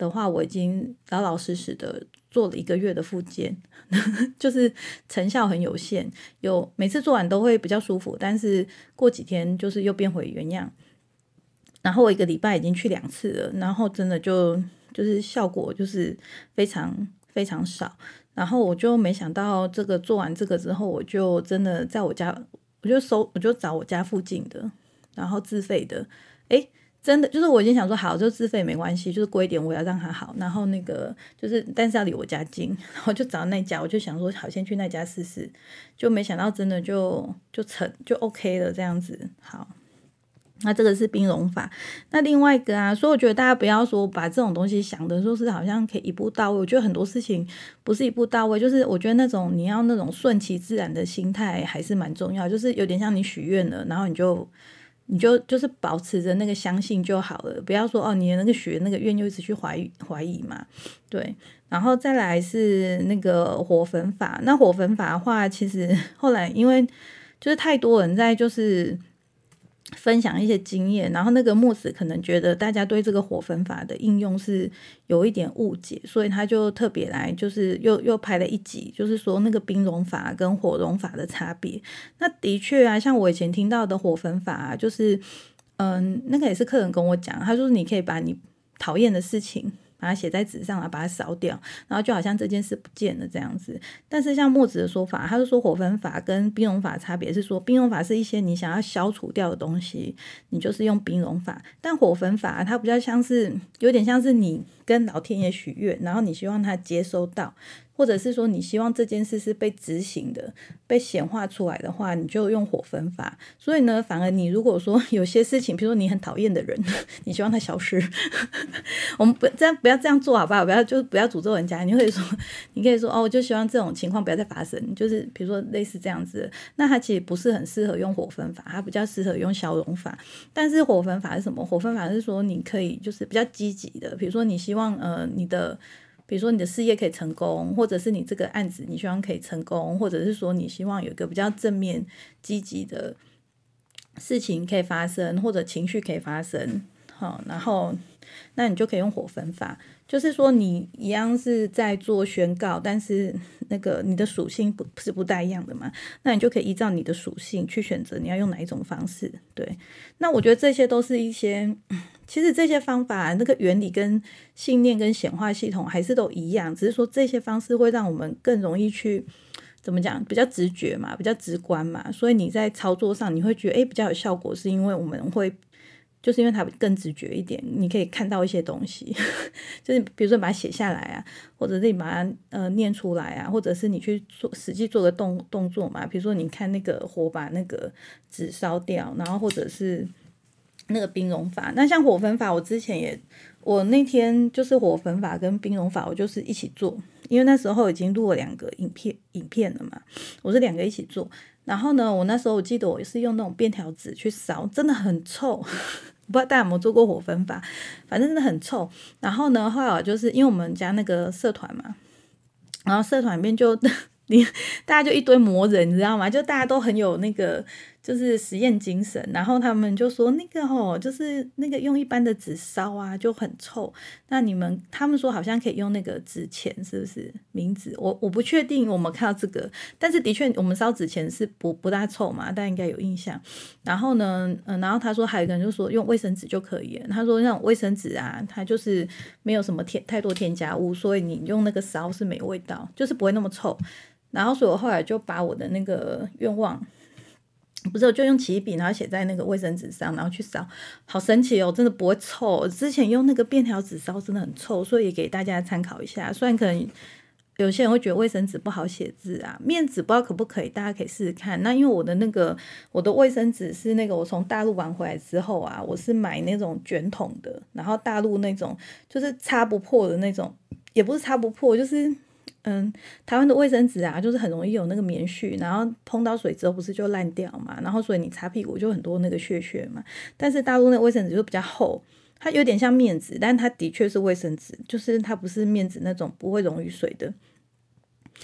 的话，我已经老老实实的做了一个月的复健，就是成效很有限，有每次做完都会比较舒服，但是过几天就是又变回原样。然后我一个礼拜已经去两次了，然后真的就就是效果就是非常非常少。然后我就没想到这个做完这个之后，我就真的在我家，我就搜，我就找我家附近的，然后自费的，诶，真的就是我已经想说好，就自费没关系，就是贵一点我要让它好。然后那个就是但是要离我家近，然后就找那家，我就想说好先去那家试试，就没想到真的就就成就 OK 了这样子。好。那这个是冰融法，那另外一个啊，所以我觉得大家不要说把这种东西想的说是好像可以一步到位，我觉得很多事情不是一步到位，就是我觉得那种你要那种顺其自然的心态还是蛮重要，就是有点像你许愿了，然后你就你就就是保持着那个相信就好了，不要说哦你的那个许那个愿就一直去怀疑怀疑嘛，对。然后再来是那个火焚法，那火焚法的话，其实后来因为就是太多人在就是分享一些经验，然后那个木子可能觉得大家对这个火焚法的应用是有一点误解，所以他就特别来就是又又拍了一集，就是说那个冰融法跟火融法的差别。那的确啊，像我以前听到的火焚法啊，就是嗯，那个也是客人跟我讲，他说你可以把你讨厌的事情把它写在纸上，把它烧掉，然后就好像这件事不见了这样子。但是像墨子的说法，他是说火焚法跟冰融法差别是说，冰融法是一些你想要消除掉的东西，你就是用冰融法，但火焚法它比较像是有点像是你跟老天爷许愿，然后你希望他接收到，或者是说你希望这件事是被执行的，被显化出来的话，你就用火焚法。所以呢，反而你如果说有些事情，比如说你很讨厌的人，你希望他消失，我们不这样不要这样做好不好？不要就不要诅咒人家。你可以说，你可以说哦，我就希望这种情况不要再发生，就是比如说类似这样子的。那它其实不是很适合用火焚法，它比较适合用消融法。但是火焚法是什么？火焚法是说你可以就是比较积极的，比如说你希望呃你的。比如说你的事业可以成功，或者是你这个案子你希望可以成功，或者是说你希望有一个比较正面积极的事情可以发生，或者情绪可以发生，好，然后那你就可以用火焚法，就是说你一样是在做宣告，但是那个你的属性不是不大一样的嘛，那你就可以依照你的属性去选择你要用哪一种方式。对，那我觉得这些都是一些其实这些方法那个原理跟信念跟显化系统还是都一样，只是说这些方式会让我们更容易去怎么讲，比较直觉嘛，比较直观嘛，所以你在操作上你会觉得诶比较有效果，是因为我们会就是因为它更直觉一点，你可以看到一些东西就是比如说把它写下来啊，或者是你把它呃念出来啊，或者是你去做实际做个动动作嘛，比如说你看那个火把那个纸烧掉，然后或者是那个冰融法。那像火焚法我之前也我那天就是火焚法跟冰融法我就是一起做，因为那时候已经录了两个影片影片了嘛，我是两个一起做。然后呢我那时候我记得我是用那种便条纸去烧，真的很臭不知道大家有没有做过火焚法，反正真的很臭。然后呢后来就是因为我们家那个社团嘛，然后社团里面就大家就一堆魔人你知道吗，就大家都很有那个就是实验精神，然后他们就说那个哦，就是那个用一般的纸烧啊就很臭，那你们他们说好像可以用那个纸钱，是不是名字我我不确定我们看到这个，但是的确我们烧纸钱是不不大臭嘛，大家应该有印象。然后呢、呃、然后他说还有一个人就说用卫生纸就可以了，他说那种卫生纸啊它就是没有什么添太多添加物，所以你用那个烧是没味道，就是不会那么臭。然后所以我后来就把我的那个愿望不是我就用起笔然后写在那个卫生纸上然后去烧，好神奇哦，真的不会臭。之前用那个便条纸烧真的很臭，所以也给大家参考一下。虽然可能有些人会觉得卫生纸不好写字啊，面纸不知道可不可以，大家可以试试看。那因为我的那个我的卫生纸是那个我从大陆玩回来之后啊，我是买那种卷筒的，然后大陆那种就是擦不破的那种，也不是擦不破，就是嗯，台湾的卫生纸啊，就是很容易有那个棉絮，然后碰到水之后不是就烂掉嘛，然后所以你擦屁股就很多那个屑屑嘛。但是大陆那个卫生纸就比较厚，它有点像面纸，但它的确是卫生纸，就是它不是面纸那种不会溶于水的。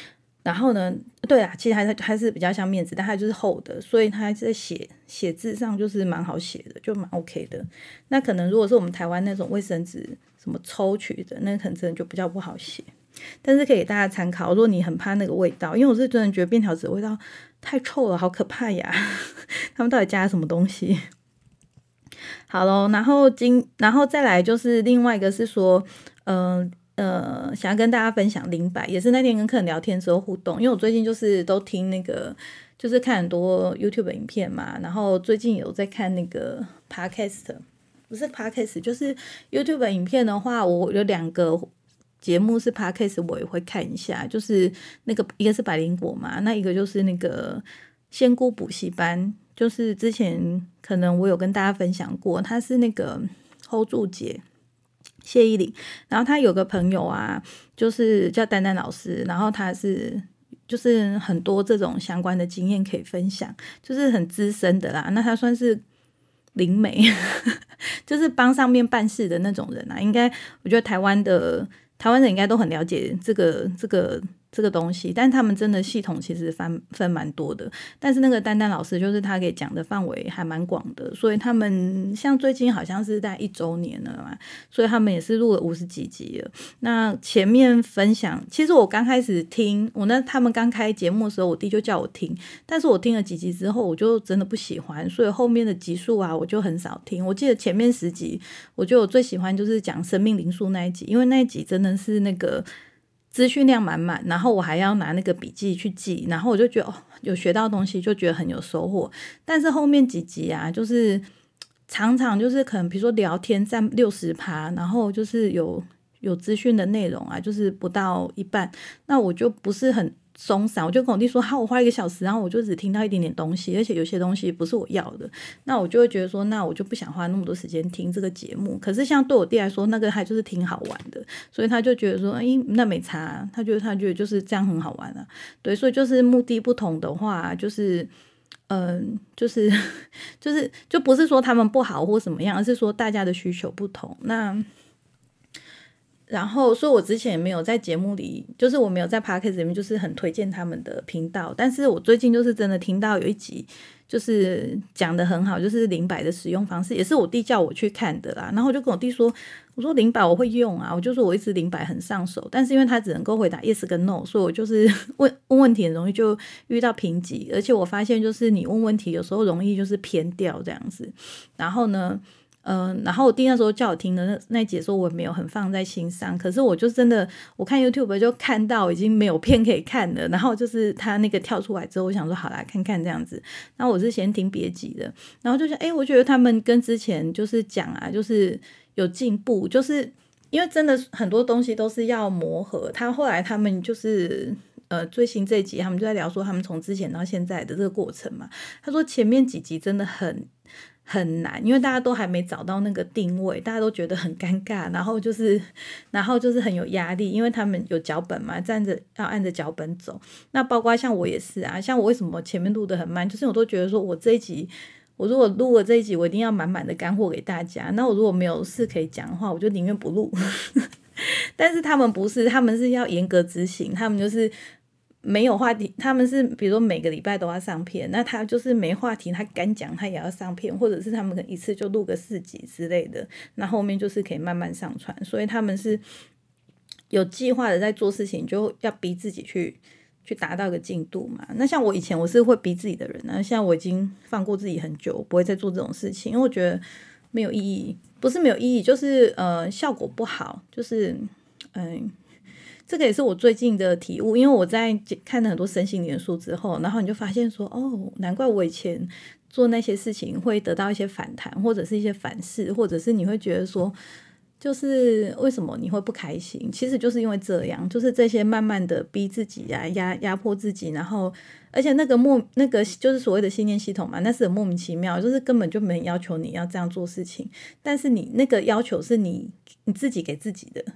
然后呢，对啊，其实还是还是比较像面纸，但它就是厚的，所以它在写写字上就是蛮好写的，就蛮 OK 的。那可能如果是我们台湾那种卫生纸什么抽取的，那可能真的就比较不好写。但是可以给大家参考，如果你很怕那个味道，因为我是真的觉得便条纸的味道太臭了，好可怕呀！他们到底加了什么东西？好咯，然后今然后再来就是另外一个是说，嗯呃，呃，想要跟大家分享零百，也是那天跟客人聊天的时候互动，因为我最近就是都听那个，就是看很多 YouTube 影片嘛，然后最近有在看那个 Podcast，不是 Podcast，就是 YouTube 影片的话，我有两个节目是 Podcast，我也会看一下，就是那个一个是百灵果嘛，那一个就是那个仙姑补习班。就是之前可能我有跟大家分享过，他是那个 hold 住姐谢依霖，然后他有个朋友啊，就是叫丹丹老师，然后他是就是很多这种相关的经验可以分享，就是很资深的啦。那他算是灵媒，就是帮上面办事的那种人啊。应该我觉得台湾的台湾人应该都很了解这个这个。这个东西，但他们真的系统其实分分蛮多的，但是那个丹丹老师就是他给讲的范围还蛮广的，所以他们像最近好像是在一周年了嘛，所以他们也是录了五十几集了。那前面分享，其实我刚开始听，我那他们刚开节目的时候，我弟就叫我听，但是我听了几集之后，我就真的不喜欢，所以后面的集数啊，我就很少听。我记得前面十集，我觉得我最喜欢就是讲生命灵数那一集，因为那一集真的是那个。资讯量满满，然后我还要拿那个笔记去记，然后我就觉得哦，有学到东西，就觉得很有收获。但是后面几集啊，就是常常就是可能比如说聊天占六十趴，然后就是有有资讯的内容啊，就是不到一半，那我就不是很松散，我就跟我弟说，好，我花一个小时，然后我就只听到一点点东西，而且有些东西不是我要的，那我就会觉得说，那我就不想花那么多时间听这个节目。可是像对我弟来说，那个还就是挺好玩的，所以他就觉得说，哎，那没差啊，他觉得他觉得就是这样很好玩啊，对，所以就是目的不同的话，就是嗯，就是就是就不是说他们不好或什么样，而是说大家的需求不同。那然后，所以我之前也没有在节目里，就是我没有在 podcast 里面，就是很推荐他们的频道。但是我最近就是真的听到有一集，就是讲的很好，就是零百的使用方式，也是我弟叫我去看的啦。然后我就跟我弟说，我说零百我会用啊，我就说我一直零百很上手，但是因为他只能够回答 yes 跟 no， 所以我就是问问问题很容易就遇到瓶颈，而且我发现就是你问问题有时候容易就是偏掉这样子。然后呢？嗯、呃，然后我弟那时候叫我听的那那节说我没有很放在心上，可是我就真的我看 YouTube 就看到已经没有片可以看了，然后就是他那个跳出来之后，我想说好啦看看这样子，然后我是先听别集的，然后就想哎，我觉得他们跟之前就是讲啊，就是有进步，就是因为真的很多东西都是要磨合，他后来他们就是呃最新这一集他们就在聊说他们从之前到现在的这个过程嘛，他说前面几集真的很。很难，因为大家都还没找到那个定位，大家都觉得很尴尬，然后就是，然后就是很有压力，因为他们有脚本嘛，站着要按着脚本走。那包括像我也是啊，像我为什么前面录得很慢，就是我都觉得说我这一集，我如果录了这一集，我一定要满满的干货给大家。那我如果没有事可以讲的话，我就宁愿不录。但是他们不是，他们是要严格执行，他们就是。没有话题，他们是比如说每个礼拜都要上片，那他就是没话题，他敢讲他也要上片，或者是他们可能一次就录个四集之类的，那后面就是可以慢慢上传，所以他们是有计划的在做事情，就要逼自己去去达到一个进度嘛。那像我以前我是会逼自己的人，那现在我已经放过自己很久，我不会再做这种事情，因为我觉得没有意义，不是没有意义，就是呃效果不好，就是嗯。呃这个也是我最近的体悟，因为我在看了很多身心灵的书之后，然后你就发现说，哦，难怪我以前做那些事情会得到一些反弹，或者是一些反噬，或者是你会觉得说，就是为什么你会不开心？其实就是因为这样，就是这些慢慢的逼自己啊，压压迫自己，然后而且那个莫那个就是所谓的信念系统嘛，那是很莫名其妙，就是根本就没人要求你要这样做事情，但是你那个要求是你你自己给自己的。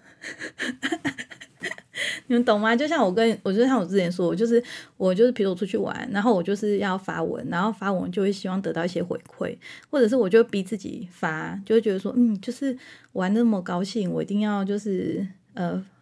你们懂吗？就像我跟我就像我之前说，我就是我就是比如我出去玩，然后我就是要发文，然后发文就会希望得到一些回馈，或者是我就逼自己发，就会觉得说，嗯，就是玩那么高兴，我一定要就是呃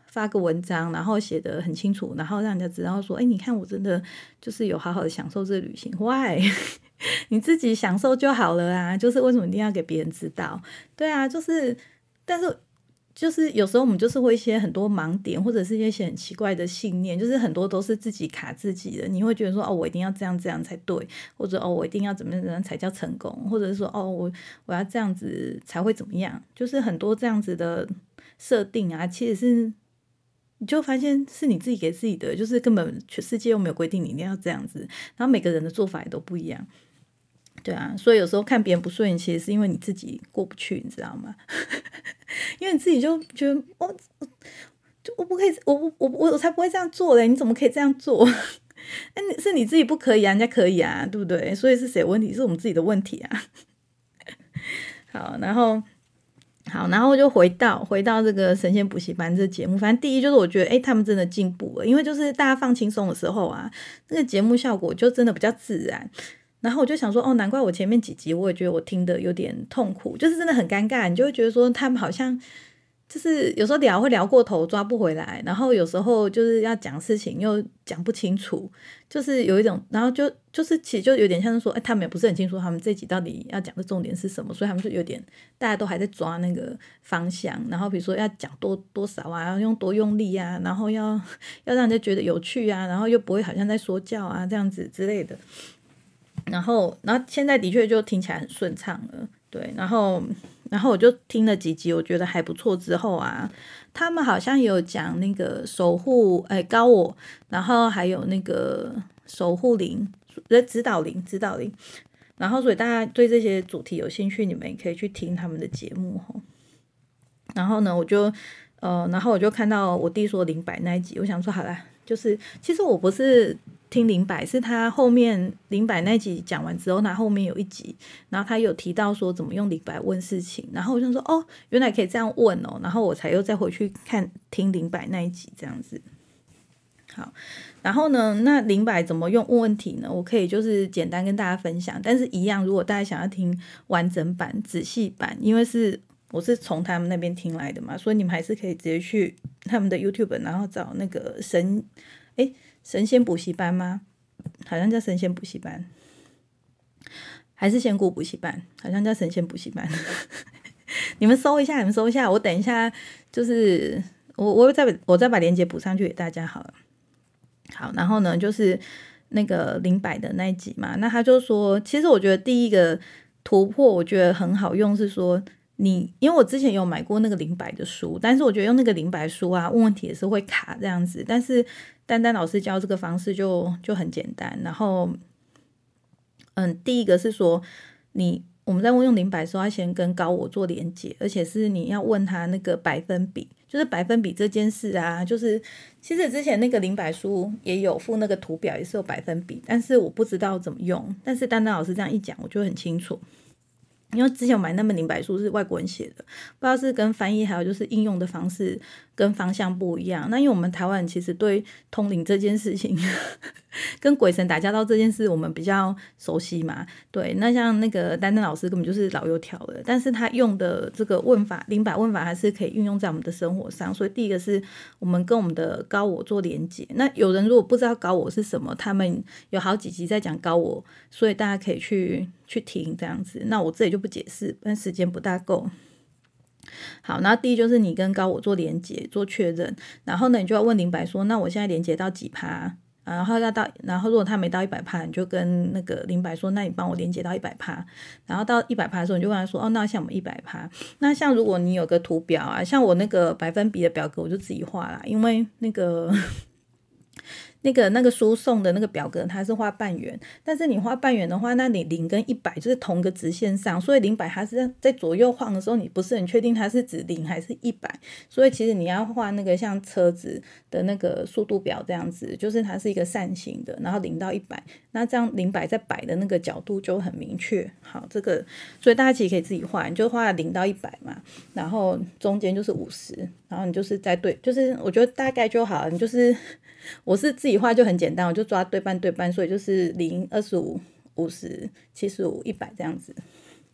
发个文章，然后写得很清楚，然后让人家知道说，哎，你看我真的就是有好好的享受这个旅行。Why？ 你自己享受就好了啊，就是为什么一定要给别人知道？对啊，就是但是就是有时候我们就是会一些很多盲点，或者是一些很奇怪的信念，就是很多都是自己卡自己的。你会觉得说，哦，我一定要这样这样才对，或者哦，我一定要怎么样怎么样才叫成功，或者是说，哦，我我要这样子才会怎么样，就是很多这样子的设定啊，其实是你就发现是你自己给自己的，就是根本全世界又没有规定你一定要这样子，然后每个人的做法也都不一样。对啊，所以有时候看别人不顺眼，其实是因为你自己过不去，你知道吗？因为你自己就觉得我，我就我不可以，我我我我才不会这样做嘞！你怎么可以这样做？哎，是你自己不可以啊，人家可以啊，对不对？所以是谁的问题？是我们自己的问题啊。好，然后好，然后就回到回到这个神仙补习班这个节目。反正第一就是我觉得，哎，他们真的进步了，因为就是大家放轻松的时候啊，那个节目效果就真的比较自然。然后我就想说，哦，难怪我前面几集我也觉得我听得有点痛苦，就是真的很尴尬，你就会觉得说他们好像就是有时候聊会聊过头，抓不回来，然后有时候就是要讲事情又讲不清楚，就是有一种，然后就就是其实就有点像是说，哎，他们也不是很清楚他们这集到底要讲的重点是什么，所以他们就有点大家都还在抓那个方向，然后比如说要讲多多少啊，要用多用力啊，然后要要让人家觉得有趣啊，然后又不会好像在说教啊这样子之类的。然后，然后现在的确就听起来很顺畅了，对。然后，然后我就听了几集，我觉得还不错。之后啊，他们好像有讲那个守护，哎，高我，然后还有那个守护灵，呃，指导灵，指导灵。然后，所以大家对这些主题有兴趣，你们也可以去听他们的节目哈。然后呢，我就，呃，然后我就看到我弟说零百那一集，我想说好啦，就是其实我不是。听林百是他后面林百那集讲完之后，他后面有一集，然后他有提到说怎么用林百问事情，然后我就说哦，原来可以这样问哦，然后我才又再回去看听林百那一集这样子。好，然后呢，那林百怎么用问问题呢？我可以就是简单跟大家分享，但是一样，如果大家想要听完整版、仔细版，因为是我是从他们那边听来的嘛，所以你们还是可以直接去他们的 YouTube， 然后找那个神诶。神仙补习班吗？好像叫神仙补习班，还是仙姑补习班？好像叫神仙补习班。你们搜一下，你们搜一下，我等一下就是我我再我再把链接补上去给大家好了。好，然后呢，就是那个零百的那一集嘛，那他就说，其实我觉得第一个突破，我觉得很好用，是说。你因为我之前有买过那个零百的书，但是我觉得用那个零百书啊，问问题也是会卡这样子。但是丹丹老师教这个方式就就很简单。然后，嗯，第一个是说，你我们在问用零百的时候，要先跟高我做连结，而且是你要问他那个百分比，就是百分比这件事啊，就是其实之前那个零百书也有附那个图表，也是有百分比，但是我不知道怎么用。但是丹丹老师这样一讲，我就很清楚。因为之前我买那本零百书是外国人写的，不知道是跟翻译还有就是应用的方式跟方向不一样。那因为我们台湾人其实对通灵这件事情跟鬼神打交道这件事我们比较熟悉嘛，对。那像那个丹丹老师根本就是老油条了，但是他用的这个问法零百问法还是可以运用在我们的生活上。所以第一个是我们跟我们的高我做连结。那有人如果不知道高我是什么，他们有好几集在讲高我，所以大家可以去去听这样子。那我这里就不解释，但时间不大够。好，然后第一就是你跟高我做连结做确认，然后呢你就要问零百说，那我现在连结到几趴？然后要到，然后如果他没到一百趴，你就跟那个零百说，那你帮我连结到一百趴。然后到一百趴的时候，你就问他说，哦，那像我们一百趴，那像如果你有个图表啊，像我那个百分比的表格，我就自己画啦，因为那个。那个那个输送的那个表格它是画半圆，但是你画半圆的话，那你零跟一百就是同个直线上，所以零百它是在左右晃的时候，你不是很确定它是指零还是一百，所以其实你要画那个像车子的那个速度表这样子，就是它是一个扇形的，然后零到一百，那这样零百在摆的那个角度就很明确。好，这个所以大家其实可以自己画，你就画零到一百嘛，然后中间就是五十，然后你就是再对，就是我觉得大概就好了，你就是我是自己画就很简单，我就抓对半对半，所以就是零、二十五、五十、七十五、一百这样子。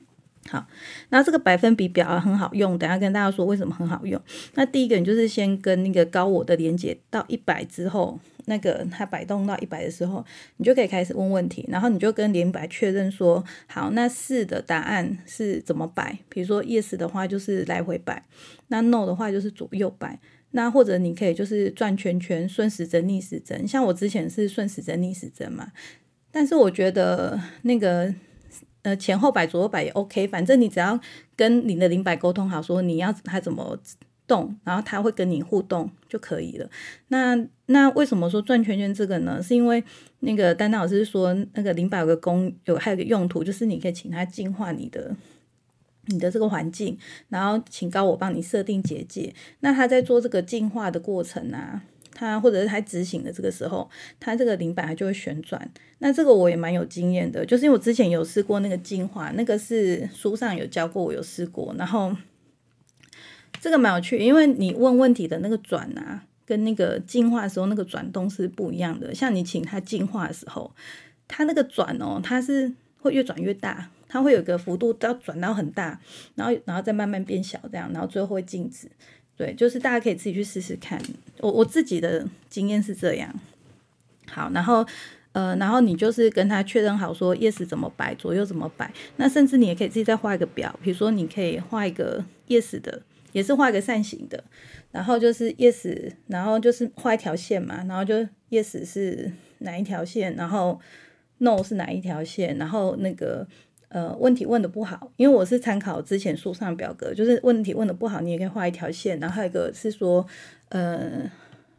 好，那这个百分比表啊很好用，等一下跟大家说为什么很好用。那第一个，你就是先跟那个高我的连接到一百之后，那个它摆动到一百的时候，你就可以开始问问题，然后你就跟连摆确认说，好，那是的答案是怎么摆？比如说 yes 的话就是来回摆，那 no 的话就是左右摆。那或者你可以就是转圈圈，顺时针逆时针，像我之前是顺时针逆时针嘛，但是我觉得那个呃前后摆左右摆也 OK， 反正你只要跟你的灵摆沟通好，说你要他怎么动，然后他会跟你互动就可以了。那那为什么说转圈圈这个呢？是因为那个丹丹老师说，那个灵摆有个功有还有个用途，就是你可以请他净化你的。你的这个环境，然后请高我帮你设定结界。那他在做这个净化的过程啊，他或者是他执行的这个时候，他这个灵摆它就会旋转。那这个我也蛮有经验的，就是因为我之前有试过那个净化，那个是书上有教过，我有试过，然后这个蛮有趣，因为你问问题的那个转啊，跟那个净化的时候那个转动是不一样的。像你请他净化的时候，他那个转哦，它是会越转越大。它会有个幅度到转到很大，然后然后再慢慢变小这样，然后最后会静止。对，就是大家可以自己去试试看。我我自己的经验是这样。好，然后呃，然后你就是跟他确认好说 yes 怎么摆，左右怎么摆。那甚至你也可以自己再画一个表，比如说你可以画一个 yes 的，也是画一个扇形的，然后就是 yes， 然后就是画一条线嘛，然后就 yes 是哪一条线，然后 no 是哪一条线，然后那个。呃，问题问的不好，因为我是参考之前书上的表格，就是问题问的不好，你也可以画一条线，然后还有一个是说，呃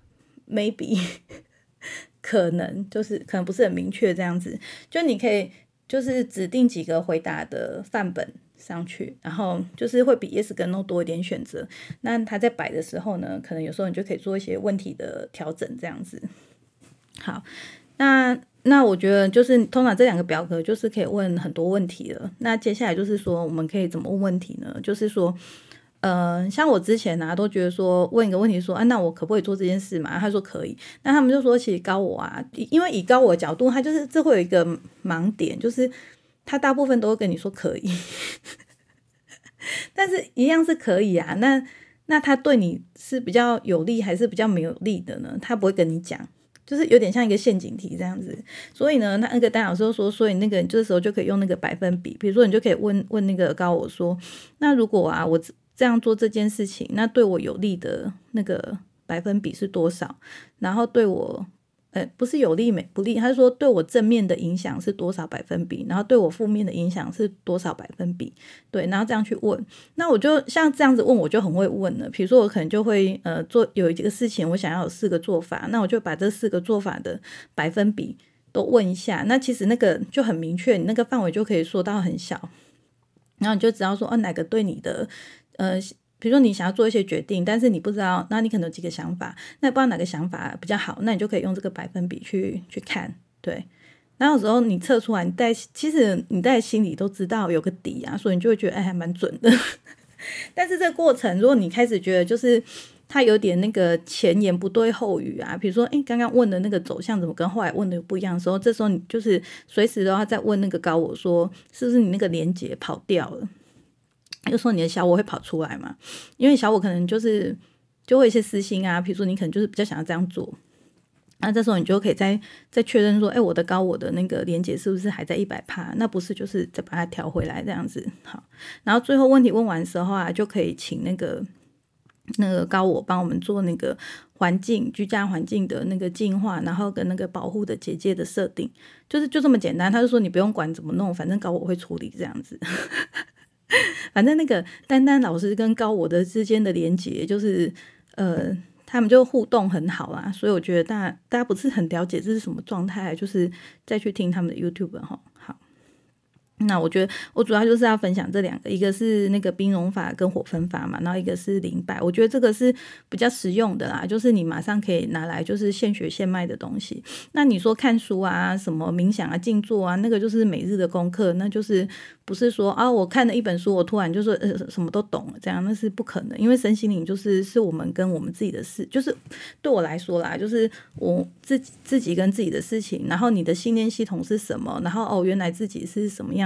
，maybe 可能就是可能不是很明确这样子，就你可以就是指定几个回答的范本上去，然后就是会比 yes 跟 no 多一点选择。那他在摆的时候呢，可能有时候你就可以做一些问题的调整这样子。好，那。那我觉得就是通常这两个表格就是可以问很多问题了。那接下来就是说我们可以怎么问问题呢？就是说，呃，像我之前啊都觉得说问一个问题说啊，那我可不可以做这件事嘛？他说可以。那他们就说其实高我啊，因为以高我的角度，他就是这会有一个盲点，就是他大部分都会跟你说可以，但是一样是可以啊。那那他对你是比较有利还是比较没有利的呢？他不会跟你讲。就是有点像一个陷阱题这样子，所以呢，他那个丹老师说，所以那个这时候就可以用那个百分比，比如说你就可以问问那个高我说，那如果啊我这样做这件事情，那对我有利的那个百分比是多少？然后对我。呃，不是有利没不利，他是说对我正面的影响是多少百分比，然后对我负面的影响是多少百分比，对，然后这样去问。那我就像这样子问，我就很会问了。比如说我可能就会呃做有一个事情，我想要有四个做法，那我就把这四个做法的百分比都问一下。那其实那个就很明确，你那个范围就可以缩到很小，然后你就知道说，哦，哪个对你的呃。比如说你想要做一些决定，但是你不知道，那你可能有几个想法，那不知道哪个想法比较好，那你就可以用这个百分比去去看，对。然后有时候你测出来，你在其实你在心里都知道有个底啊，所以你就会觉得哎还蛮准的。但是这个过程，如果你开始觉得就是它有点那个前言不对后语啊，比如说哎刚刚问的那个走向怎么跟后来问的不一样的时候，这时候你就是随时都要再问那个高我说，是不是你那个连结跑掉了？有时候你的小我会跑出来嘛，因为小我可能就是就会一些私心啊，比如说你可能就是比较想要这样做，那这时候你就可以再再确认说，哎，我的高我的那个连结是不是还在一百趴？那不是就是再把它调回来这样子。好，然后最后问题问完的时候啊，就可以请那个那个高我帮我们做那个环境居家环境的那个净化，然后跟那个保护的结界的设定，就是就这么简单。他就说你不用管怎么弄，反正高我会处理这样子。反正那个丹丹老师跟高我的之间的连结，就是呃，他们就互动很好啦，所以我觉得大家大家不是很了解这是什么状态，就是再去听他们的 YouTube 哈。好，那我觉得我主要就是要分享这两个，一个是那个冰融法跟火分法嘛，然后一个是灵摆，我觉得这个是比较实用的啦，就是你马上可以拿来就是现学现卖的东西。那你说看书啊，什么冥想啊、静坐啊，那个就是每日的功课，那就是不是说啊我看了一本书，我突然就说呃什么都懂了这样，那是不可能，因为身心灵就是是我们跟我们自己的事，就是对我来说啦，就是我自己自己跟自己的事情，然后你的信念系统是什么，然后哦原来自己是什么样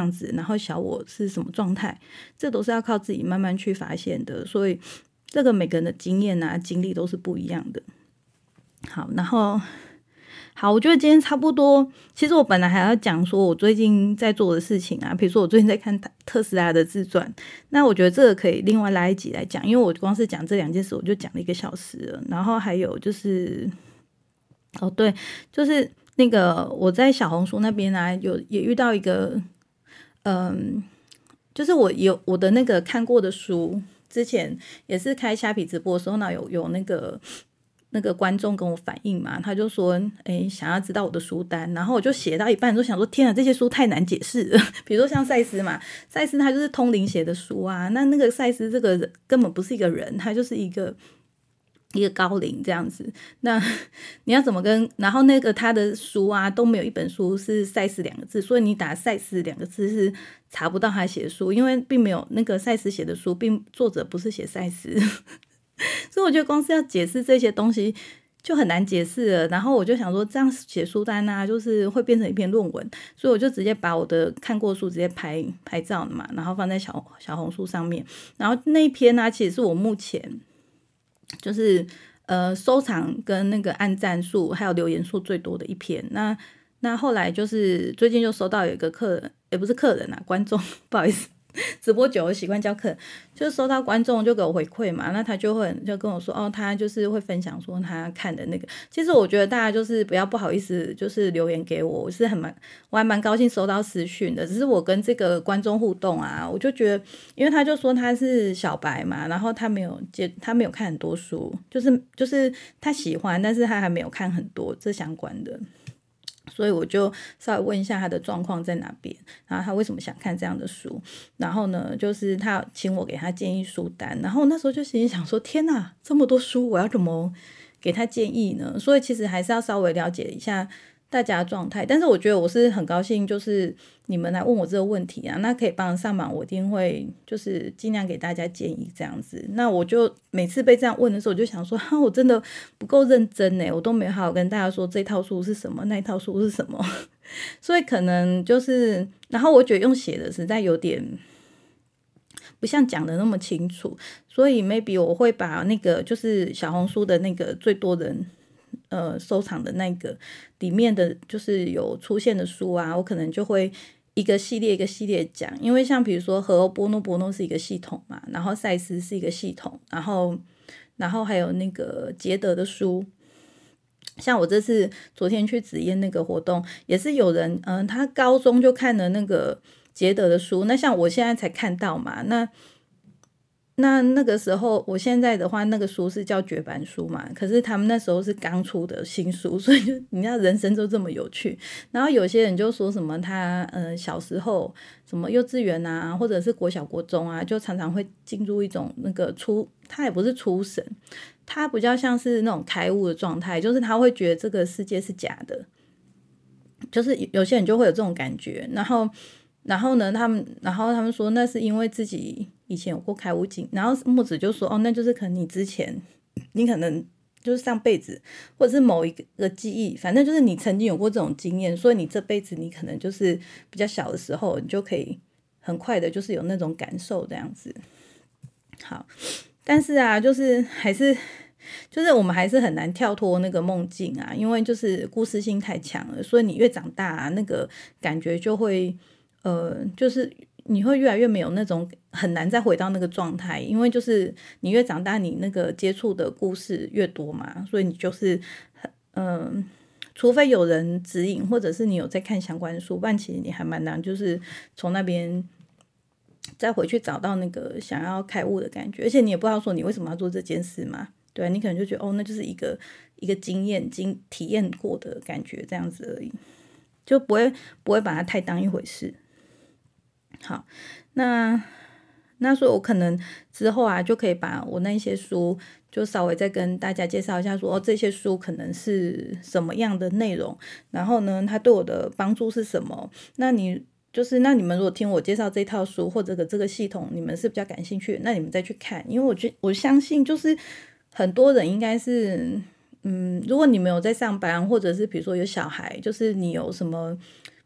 样子，然后小我是什么状态，这都是要靠自己慢慢去发现的。所以这个每个人的经验啊经历都是不一样的。好，然后好，我觉得今天差不多。其实我本来还要讲说我最近在做的事情啊，比如说我最近在看特斯拉的自传，那我觉得这个可以另外拉一集来讲，因为我光是讲这两件事我就讲了一个小时了。然后还有就是哦对，就是那个我在小红书那边啊，有也遇到一个嗯，就是我有我的那个看过的书，之前也是开虾皮直播的时候呢，有有那个那个观众跟我反映嘛，他就说，诶，想要知道我的书单，然后我就写到一半，就想说，天啊，这些书太难解释了。比如说像赛斯嘛，赛斯他就是通灵写的书啊，那那个赛斯这个人根本不是一个人，他就是一个一个高龄这样子。那你要怎么跟？然后那个他的书啊，都没有一本书是赛斯两个字，所以你打赛斯两个字是查不到他写的书，因为并没有那个赛斯写的书，并作者不是写赛斯。所以我觉得光是要解释这些东西就很难解释了，然后我就想说这样写书单啊，就是会变成一篇论文，所以我就直接把我的看过书直接拍拍照嘛，然后放在小小红书上面。然后那一篇呢、啊，其实是我目前就是呃收藏跟那个按赞数还有留言数最多的一篇。那那后来就是最近就收到有一个客人，也不是客人啊，观众，不好意思。直播久了习惯叫客人，就是收到观众就给我回馈嘛，那他就会就跟我说哦，他就是会分享说他看的那个。其实我觉得大家就是不要不好意思，就是留言给我，我是很蛮我还蛮高兴收到私讯的。只是我跟这个观众互动啊，我就觉得，因为他就说他是小白嘛，然后他没有接他没有看很多书，就是就是他喜欢，但是他还没有看很多这相关的。所以我就稍微问一下他的状况在哪边，然后他为什么想看这样的书，然后呢，就是他请我给他建议书单，然后那时候就心里想说，天哪，这么多书，我要怎么给他建议呢？所以其实还是要稍微了解一下大家的状态。但是我觉得我是很高兴，就是你们来问我这个问题啊，那可以帮得上忙，我一定会就是尽量给大家建议这样子。那我就每次被这样问的时候，我就想说，哈，我真的不够认真耶，我都没好好跟大家说这套书是什么，那一套书是什么。所以可能就是，然后我觉得用写的实在有点不像讲的那么清楚，所以 maybe 我会把那个就是小红书的那个最多人呃收藏的那个里面的就是有出现的书啊，我可能就会一个系列一个系列讲。因为像比如说和欧波诺波诺是一个系统嘛，然后赛斯是一个系统，然后然后还有那个捷德的书。像我这次昨天去紫燕那个活动，也是有人嗯、呃，他高中就看了那个捷德的书，那像我现在才看到嘛，那那那个时候，我现在的话，那个书是叫绝版书嘛，可是他们那时候是刚出的新书，所以就你知道人生就这么有趣。然后有些人就说什么他呃小时候什么幼稚园啊，或者是国小国中啊，就常常会进入一种那个出，他也不是出神，他比较像是那种开悟的状态，就是他会觉得这个世界是假的，就是有些人就会有这种感觉。然后然后呢，他们然后他们说那是因为自己以前有过开悟经，然后木子就说哦，那就是可能你之前你可能就是上辈子或者是某一个记忆，反正就是你曾经有过这种经验，所以你这辈子你可能就是比较小的时候，你就可以很快的就是有那种感受这样子。好，但是啊，就是还是就是我们还是很难跳脱那个梦境啊，因为就是故事性太强了，所以你越长大啊，那个感觉就会呃，就是你会越来越没有那种很难再回到那个状态，因为就是你越长大，你那个接触的故事越多嘛，所以你就是嗯、呃，除非有人指引，或者是你有在看相关的书，不然其实你还蛮难，就是从那边再回去找到那个想要开悟的感觉，而且你也不知道说你为什么要做这件事嘛，对，你可能就觉得哦，那就是一个一个经验经体验过的感觉这样子而已，就不会不会把它太当一回事。好，那那所以我可能之后啊，就可以把我那些书就稍微再跟大家介绍一下说，哦，这些书可能是什么样的内容，然后呢，它对我的帮助是什么。那你就是那你们如果听我介绍这套书或者这个这个系统，你们是比较感兴趣，那你们再去看，因为我觉我相信就是很多人应该是，嗯，如果你没有在上班，或者是比如说有小孩，就是你有什么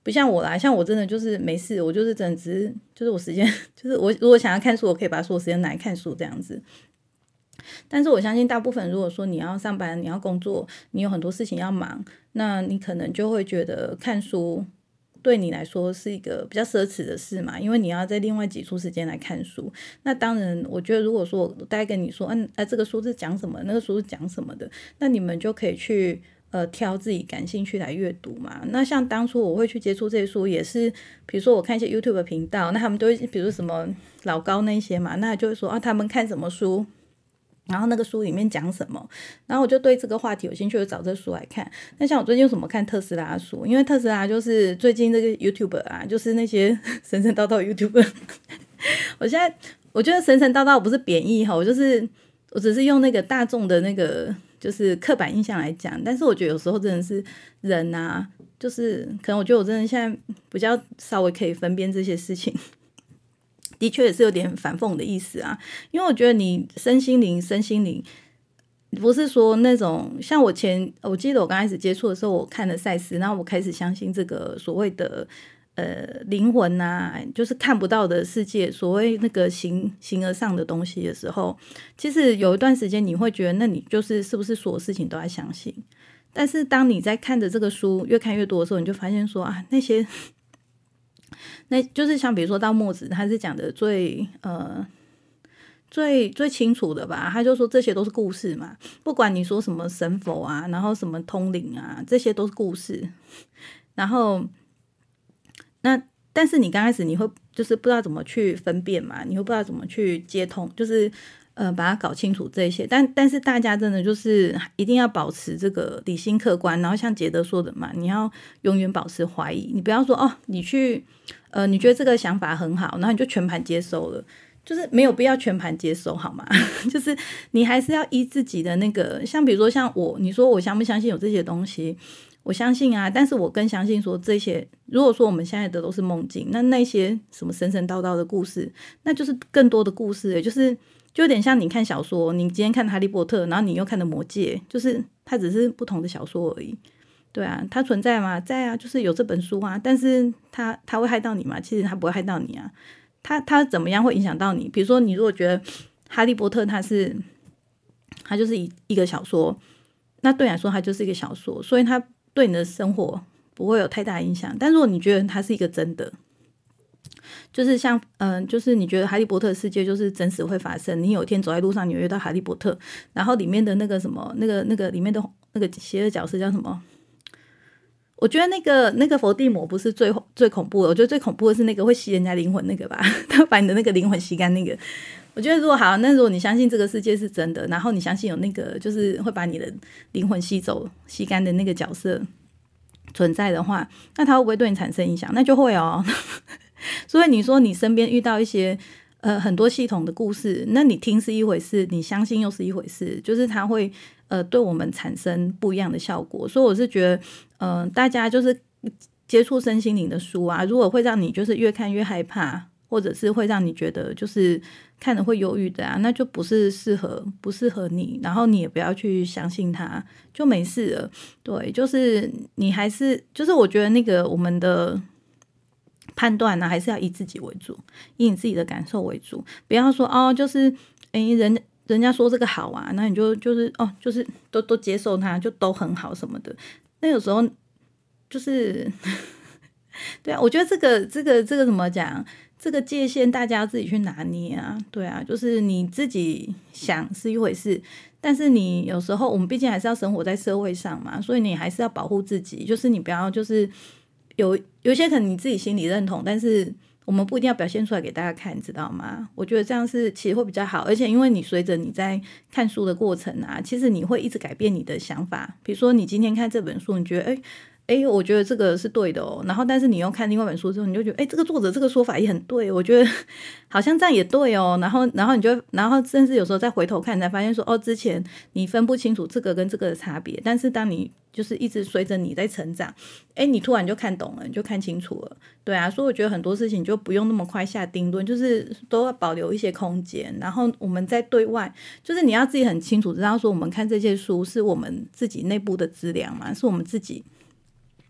不像我啦，像我真的就是没事，我就是真的只是就是我时间就是我如果想要看书，我可以把所有时间拿来看书这样子。但是我相信大部分如果说你要上班，你要工作，你有很多事情要忙，那你可能就会觉得看书对你来说是一个比较奢侈的事嘛，因为你要再另外挤出时间来看书。那当然我觉得如果说我大概跟你说嗯、啊，这个书是讲什么，那个书是讲什么的，那你们就可以去呃挑自己感兴趣来阅读嘛。那像当初我会去接触这些书也是比如说我看一些 YouTube 的频道，那他们都会比如什么老高那些嘛，那就会说啊他们看什么书，然后那个书里面讲什么，然后我就对这个话题有兴趣，就找这书来看。那像我最近有什么看特斯拉的书，因为特斯拉就是最近这个 YouTuber 啊，就是那些神神叨叨 YouTuber 我现在我觉得神神叨叨不是贬义哈，我就是我只是用那个大众的那个就是刻板印象来讲，但是我觉得有时候真的是人啊，就是可能我觉得我真的现在比较稍微可以分辨这些事情，的确也是有点反讽的意思啊，因为我觉得你身心灵身心灵不是说那种像我前我记得我刚开始接触的时候，我看了赛斯，然后我开始相信这个所谓的呃灵魂啊，就是看不到的世界，所谓那个形形而上的东西的时候，其实有一段时间你会觉得那你就是是不是所有事情都要相信，但是当你在看着这个书越看越多的时候，你就发现说啊那些那就是像比如说到墨子他是讲的最呃最最清楚的吧，他就说这些都是故事嘛，不管你说什么神佛啊，然后什么通灵啊，这些都是故事。然后那但是你刚开始你会就是不知道怎么去分辨嘛，你会不知道怎么去接通，就是呃把它搞清楚这些。但但是大家真的就是一定要保持这个理性客观，然后像杰德说的嘛，你要永远保持怀疑，你不要说哦你去呃你觉得这个想法很好，然后你就全盘接受了。就是没有必要全盘接受好吗？就是你还是要依自己的那个，像比如说像我，你说我相不相信有这些东西？我相信啊，但是我更相信说这些，如果说我们现在的都是梦境，那那些什么神神叨叨的故事，那就是更多的故事，也就是就有点像你看小说，你今天看哈利波特，然后你又看的魔戒，就是它只是不同的小说而已。对啊，它存在吗？在啊，就是有这本书啊，但是它它会害到你吗？其实它不会害到你啊。它它怎么样会影响到你？比如说，你如果觉得《哈利波特》它是它就是一一个小说，那对你来说它就是一个小说，所以它对你的生活不会有太大影响。但如果你觉得它是一个真的，就是像嗯、呃，就是你觉得《哈利波特》的世界就是真实会发生，你有一天走在路上，你遇到哈利波特，然后里面的那个什么，那个那个里面的那个邪恶角色叫什么？我觉得那个那个伏地魔不是最最恐怖的，我觉得最恐怖的是那个会吸人家灵魂那个吧，他把你的那个灵魂吸干那个。我觉得如果好，那如果你相信这个世界是真的，然后你相信有那个就是会把你的灵魂吸走、吸干的那个角色存在的话，那他会不会对你产生影响？那就会哦。所以你说你身边遇到一些呃很多系统的故事，那你听是一回事，你相信又是一回事，就是它会呃对我们产生不一样的效果。所以我是觉得呃大家就是接触身心灵的书啊，如果会让你就是越看越害怕，或者是会让你觉得就是看了会忧郁的啊，那就不是适合不适合你，然后你也不要去相信它，就没事了。对，就是你还是就是我觉得那个我们的判断呢、啊，还是要以自己为主，以你自己的感受为主，不要说哦，就是诶人人家说这个好啊，那你就就是哦，就是都都接受它，就都很好什么的。那有时候就是对啊，我觉得这个这个这个怎么讲？这个界限大家自己去拿捏啊，对啊，就是你自己想是一回事，但是你有时候我们毕竟还是要生活在社会上嘛，所以你还是要保护自己，就是你不要就是有有些可能你自己心里认同，但是我们不一定要表现出来给大家看，你知道吗？我觉得这样是其实会比较好，而且因为你随着你在看书的过程啊，其实你会一直改变你的想法，比如说你今天看这本书，你觉得诶哎，我觉得这个是对的哦。然后，但是你又看另外一本书之后，你就觉得，哎，这个作者这个说法也很对，我觉得好像这样也对哦。然后，然后你就，然后甚至有时候再回头看，才发现说，哦，之前你分不清楚这个跟这个的差别。但是，当你就是一直随着你在成长，哎，你突然就看懂了，你就看清楚了，对啊。所以我觉得很多事情就不用那么快下定论，就是都要保留一些空间。然后我们在对外，就是你要自己很清楚知道说，我们看这些书是我们自己内部的资粮嘛，是我们自己。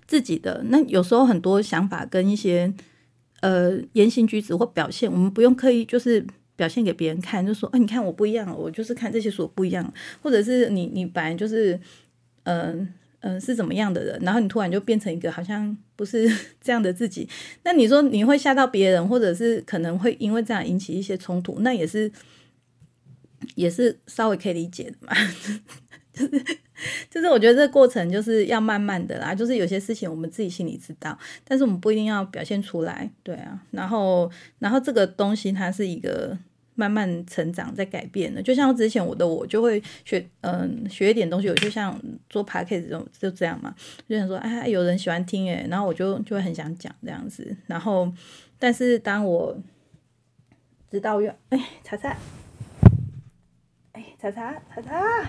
自己的。那有时候很多想法跟一些呃言行举止或表现，我们不用刻意就是表现给别人看，就说哎、啊，你看我不一样，我就是看这些书不一样，或者是你你本来就是嗯嗯、呃呃、是怎么样的人，然后你突然就变成一个好像不是这样的自己，那你说你会吓到别人，或者是可能会因为这样引起一些冲突，那也是也是稍微可以理解的嘛。就是就是我觉得这个过程就是要慢慢的啦，就是有些事情我们自己心里知道，但是我们不一定要表现出来，对啊。然后然后这个东西它是一个慢慢成长在改变的，就像之前我的我就会学嗯学一点东西，我就像做 podcast 就就这样嘛，就想说哎有人喜欢听诶，然后我就就会很想讲这样子，然后但是当我知道要哎查查哎查查查查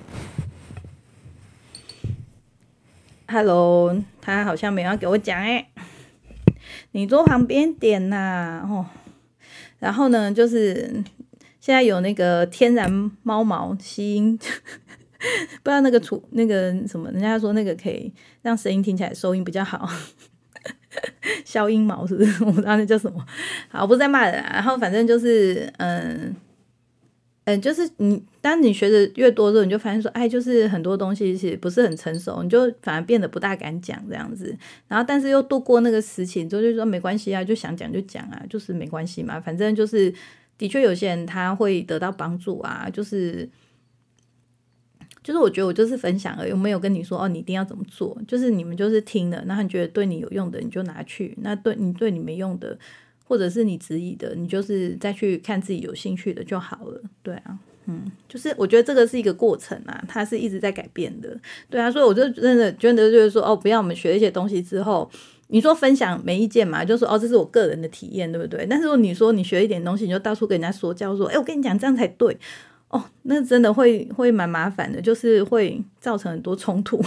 Hello， 他好像没有要给我讲哎，你坐旁边点呐、哦。然后呢，就是现在有那个天然猫毛吸音，不知道那个除那个什么，人家说那个可以让声音听起来收音比较好，消音毛是不是？我不知道那叫什么。好，我不是在骂人啊。然后反正就是嗯。嗯，就是你，当你学的越多之后，你就发现说，哎，就是很多东西其实不是很成熟，你就反而变得不大敢讲这样子。然后，但是又度过那个时期之后，就说没关系啊，就想讲就讲啊，就是没关系嘛，反正就是的确有些人他会得到帮助啊，就是就是我觉得我就是分享而已，我没有跟你说哦，你一定要怎么做，就是你们就是听了，然后你觉得对你有用的你就拿去，那对你对你没用的。或者是你质疑的，你就是再去看自己有兴趣的就好了，对啊，嗯，就是我觉得这个是一个过程啊，它是一直在改变的，对啊，所以我就真的觉得就是说，哦，不要我们学一些东西之后，你说分享没意见嘛，就说哦，这是我个人的体验，对不对？但是如果你说你学一点东西，你就到处跟人家说教，说，哎，我跟你讲这样才对，哦，那真的会会蛮麻烦的，就是会造成很多冲突。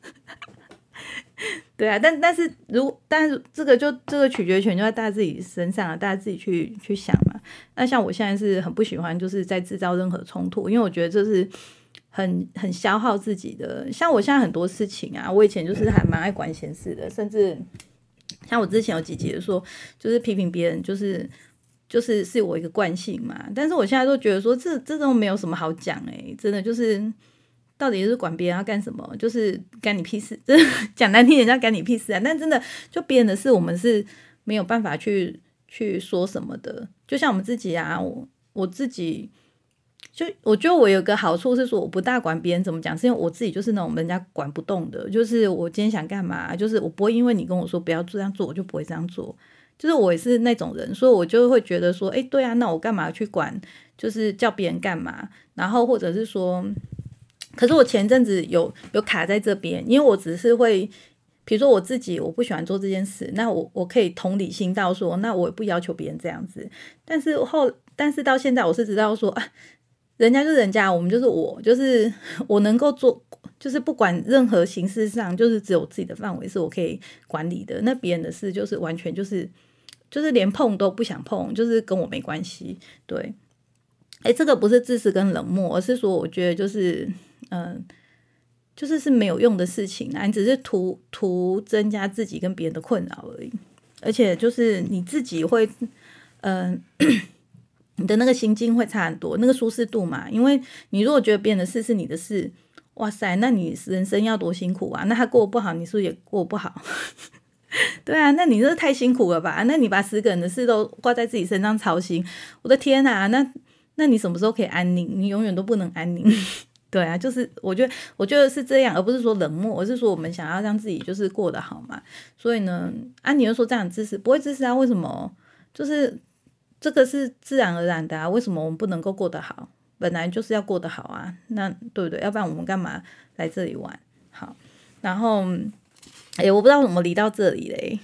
对啊，但但是如但是这个就这个取决权就在大家自己身上啊，大家自己去去想嘛。那像我现在是很不喜欢就是在制造任何冲突，因为我觉得这是很很消耗自己的。像我现在很多事情啊，我以前就是还蛮爱管闲事的，甚至像我之前有几集说，就是批评别人，就是就是是我一个惯性嘛。但是我现在都觉得说，这这种没有什么好讲诶、欸，真的就是。到底是管别人要干什么？就是干你屁事，真的讲难听点叫干你屁事啊！但真的就别人的事，我们是没有办法去去说什么的。就像我们自己啊，我我自己就我觉得我有个好处是说，我不大管别人怎么讲，是因为我自己就是那种人家管不动的。就是我今天想干嘛，就是我不会因为你跟我说不要这样做，我就不会这样做。就是我也是那种人，所以我就会觉得说，哎，对啊，那我干嘛去管？就是叫别人干嘛？然后或者是说。可是我前阵子有有卡在这边，因为我只是会，比如说我自己我不喜欢做这件事，那我我可以同理心到说，那我也不要求别人这样子。但是后，但是到现在我是知道说啊，人家就是人家，我们就是我，就是我能够做，就是不管任何形式上，就是只有自己的范围是我可以管理的。那别人的事就是完全就是就是连碰都不想碰，就是跟我没关系。对，哎，这个不是自私跟冷漠，而是说我觉得就是。嗯，就是是没有用的事情啊，你只是图图增加自己跟别人的困扰而已，而且就是你自己会，嗯、呃，你的那个心境会差很多，那个舒适度嘛，因为你如果觉得别人的事是你的事，哇塞，那你人生要多辛苦啊，那他过不好，你是不是也过不好？对啊，那你这太辛苦了吧？那你把十个人的事都挂在自己身上操心，我的天啊，那那你什么时候可以安宁？你永远都不能安宁。对啊，就是我觉得，我觉得是这样，而不是说冷漠，而是说我们想要让自己就是过得好嘛。所以呢，啊，你又说这样支持，不会支持啊？为什么？就是这个是自然而然的啊，为什么我们不能够过得好？本来就是要过得好啊，那对不对？要不然我们干嘛来这里玩？好，然后，哎，我不知道怎么离到这里嘞。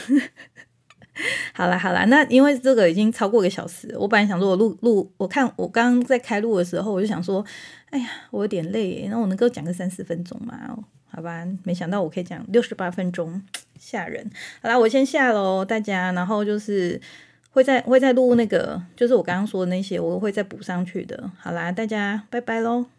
好啦好啦，那因为这个已经超过一个小时，我本来想说我录录，我看我刚刚在开录的时候，我就想说，哎呀，我有点累耶，那我能够讲个三四分钟吗？好吧，没想到我可以讲六十八分钟，吓人。好啦，我先下咯，大家，然后就是会再会再录那个，就是我刚刚说的那些，我会再补上去的。好啦，大家拜拜咯。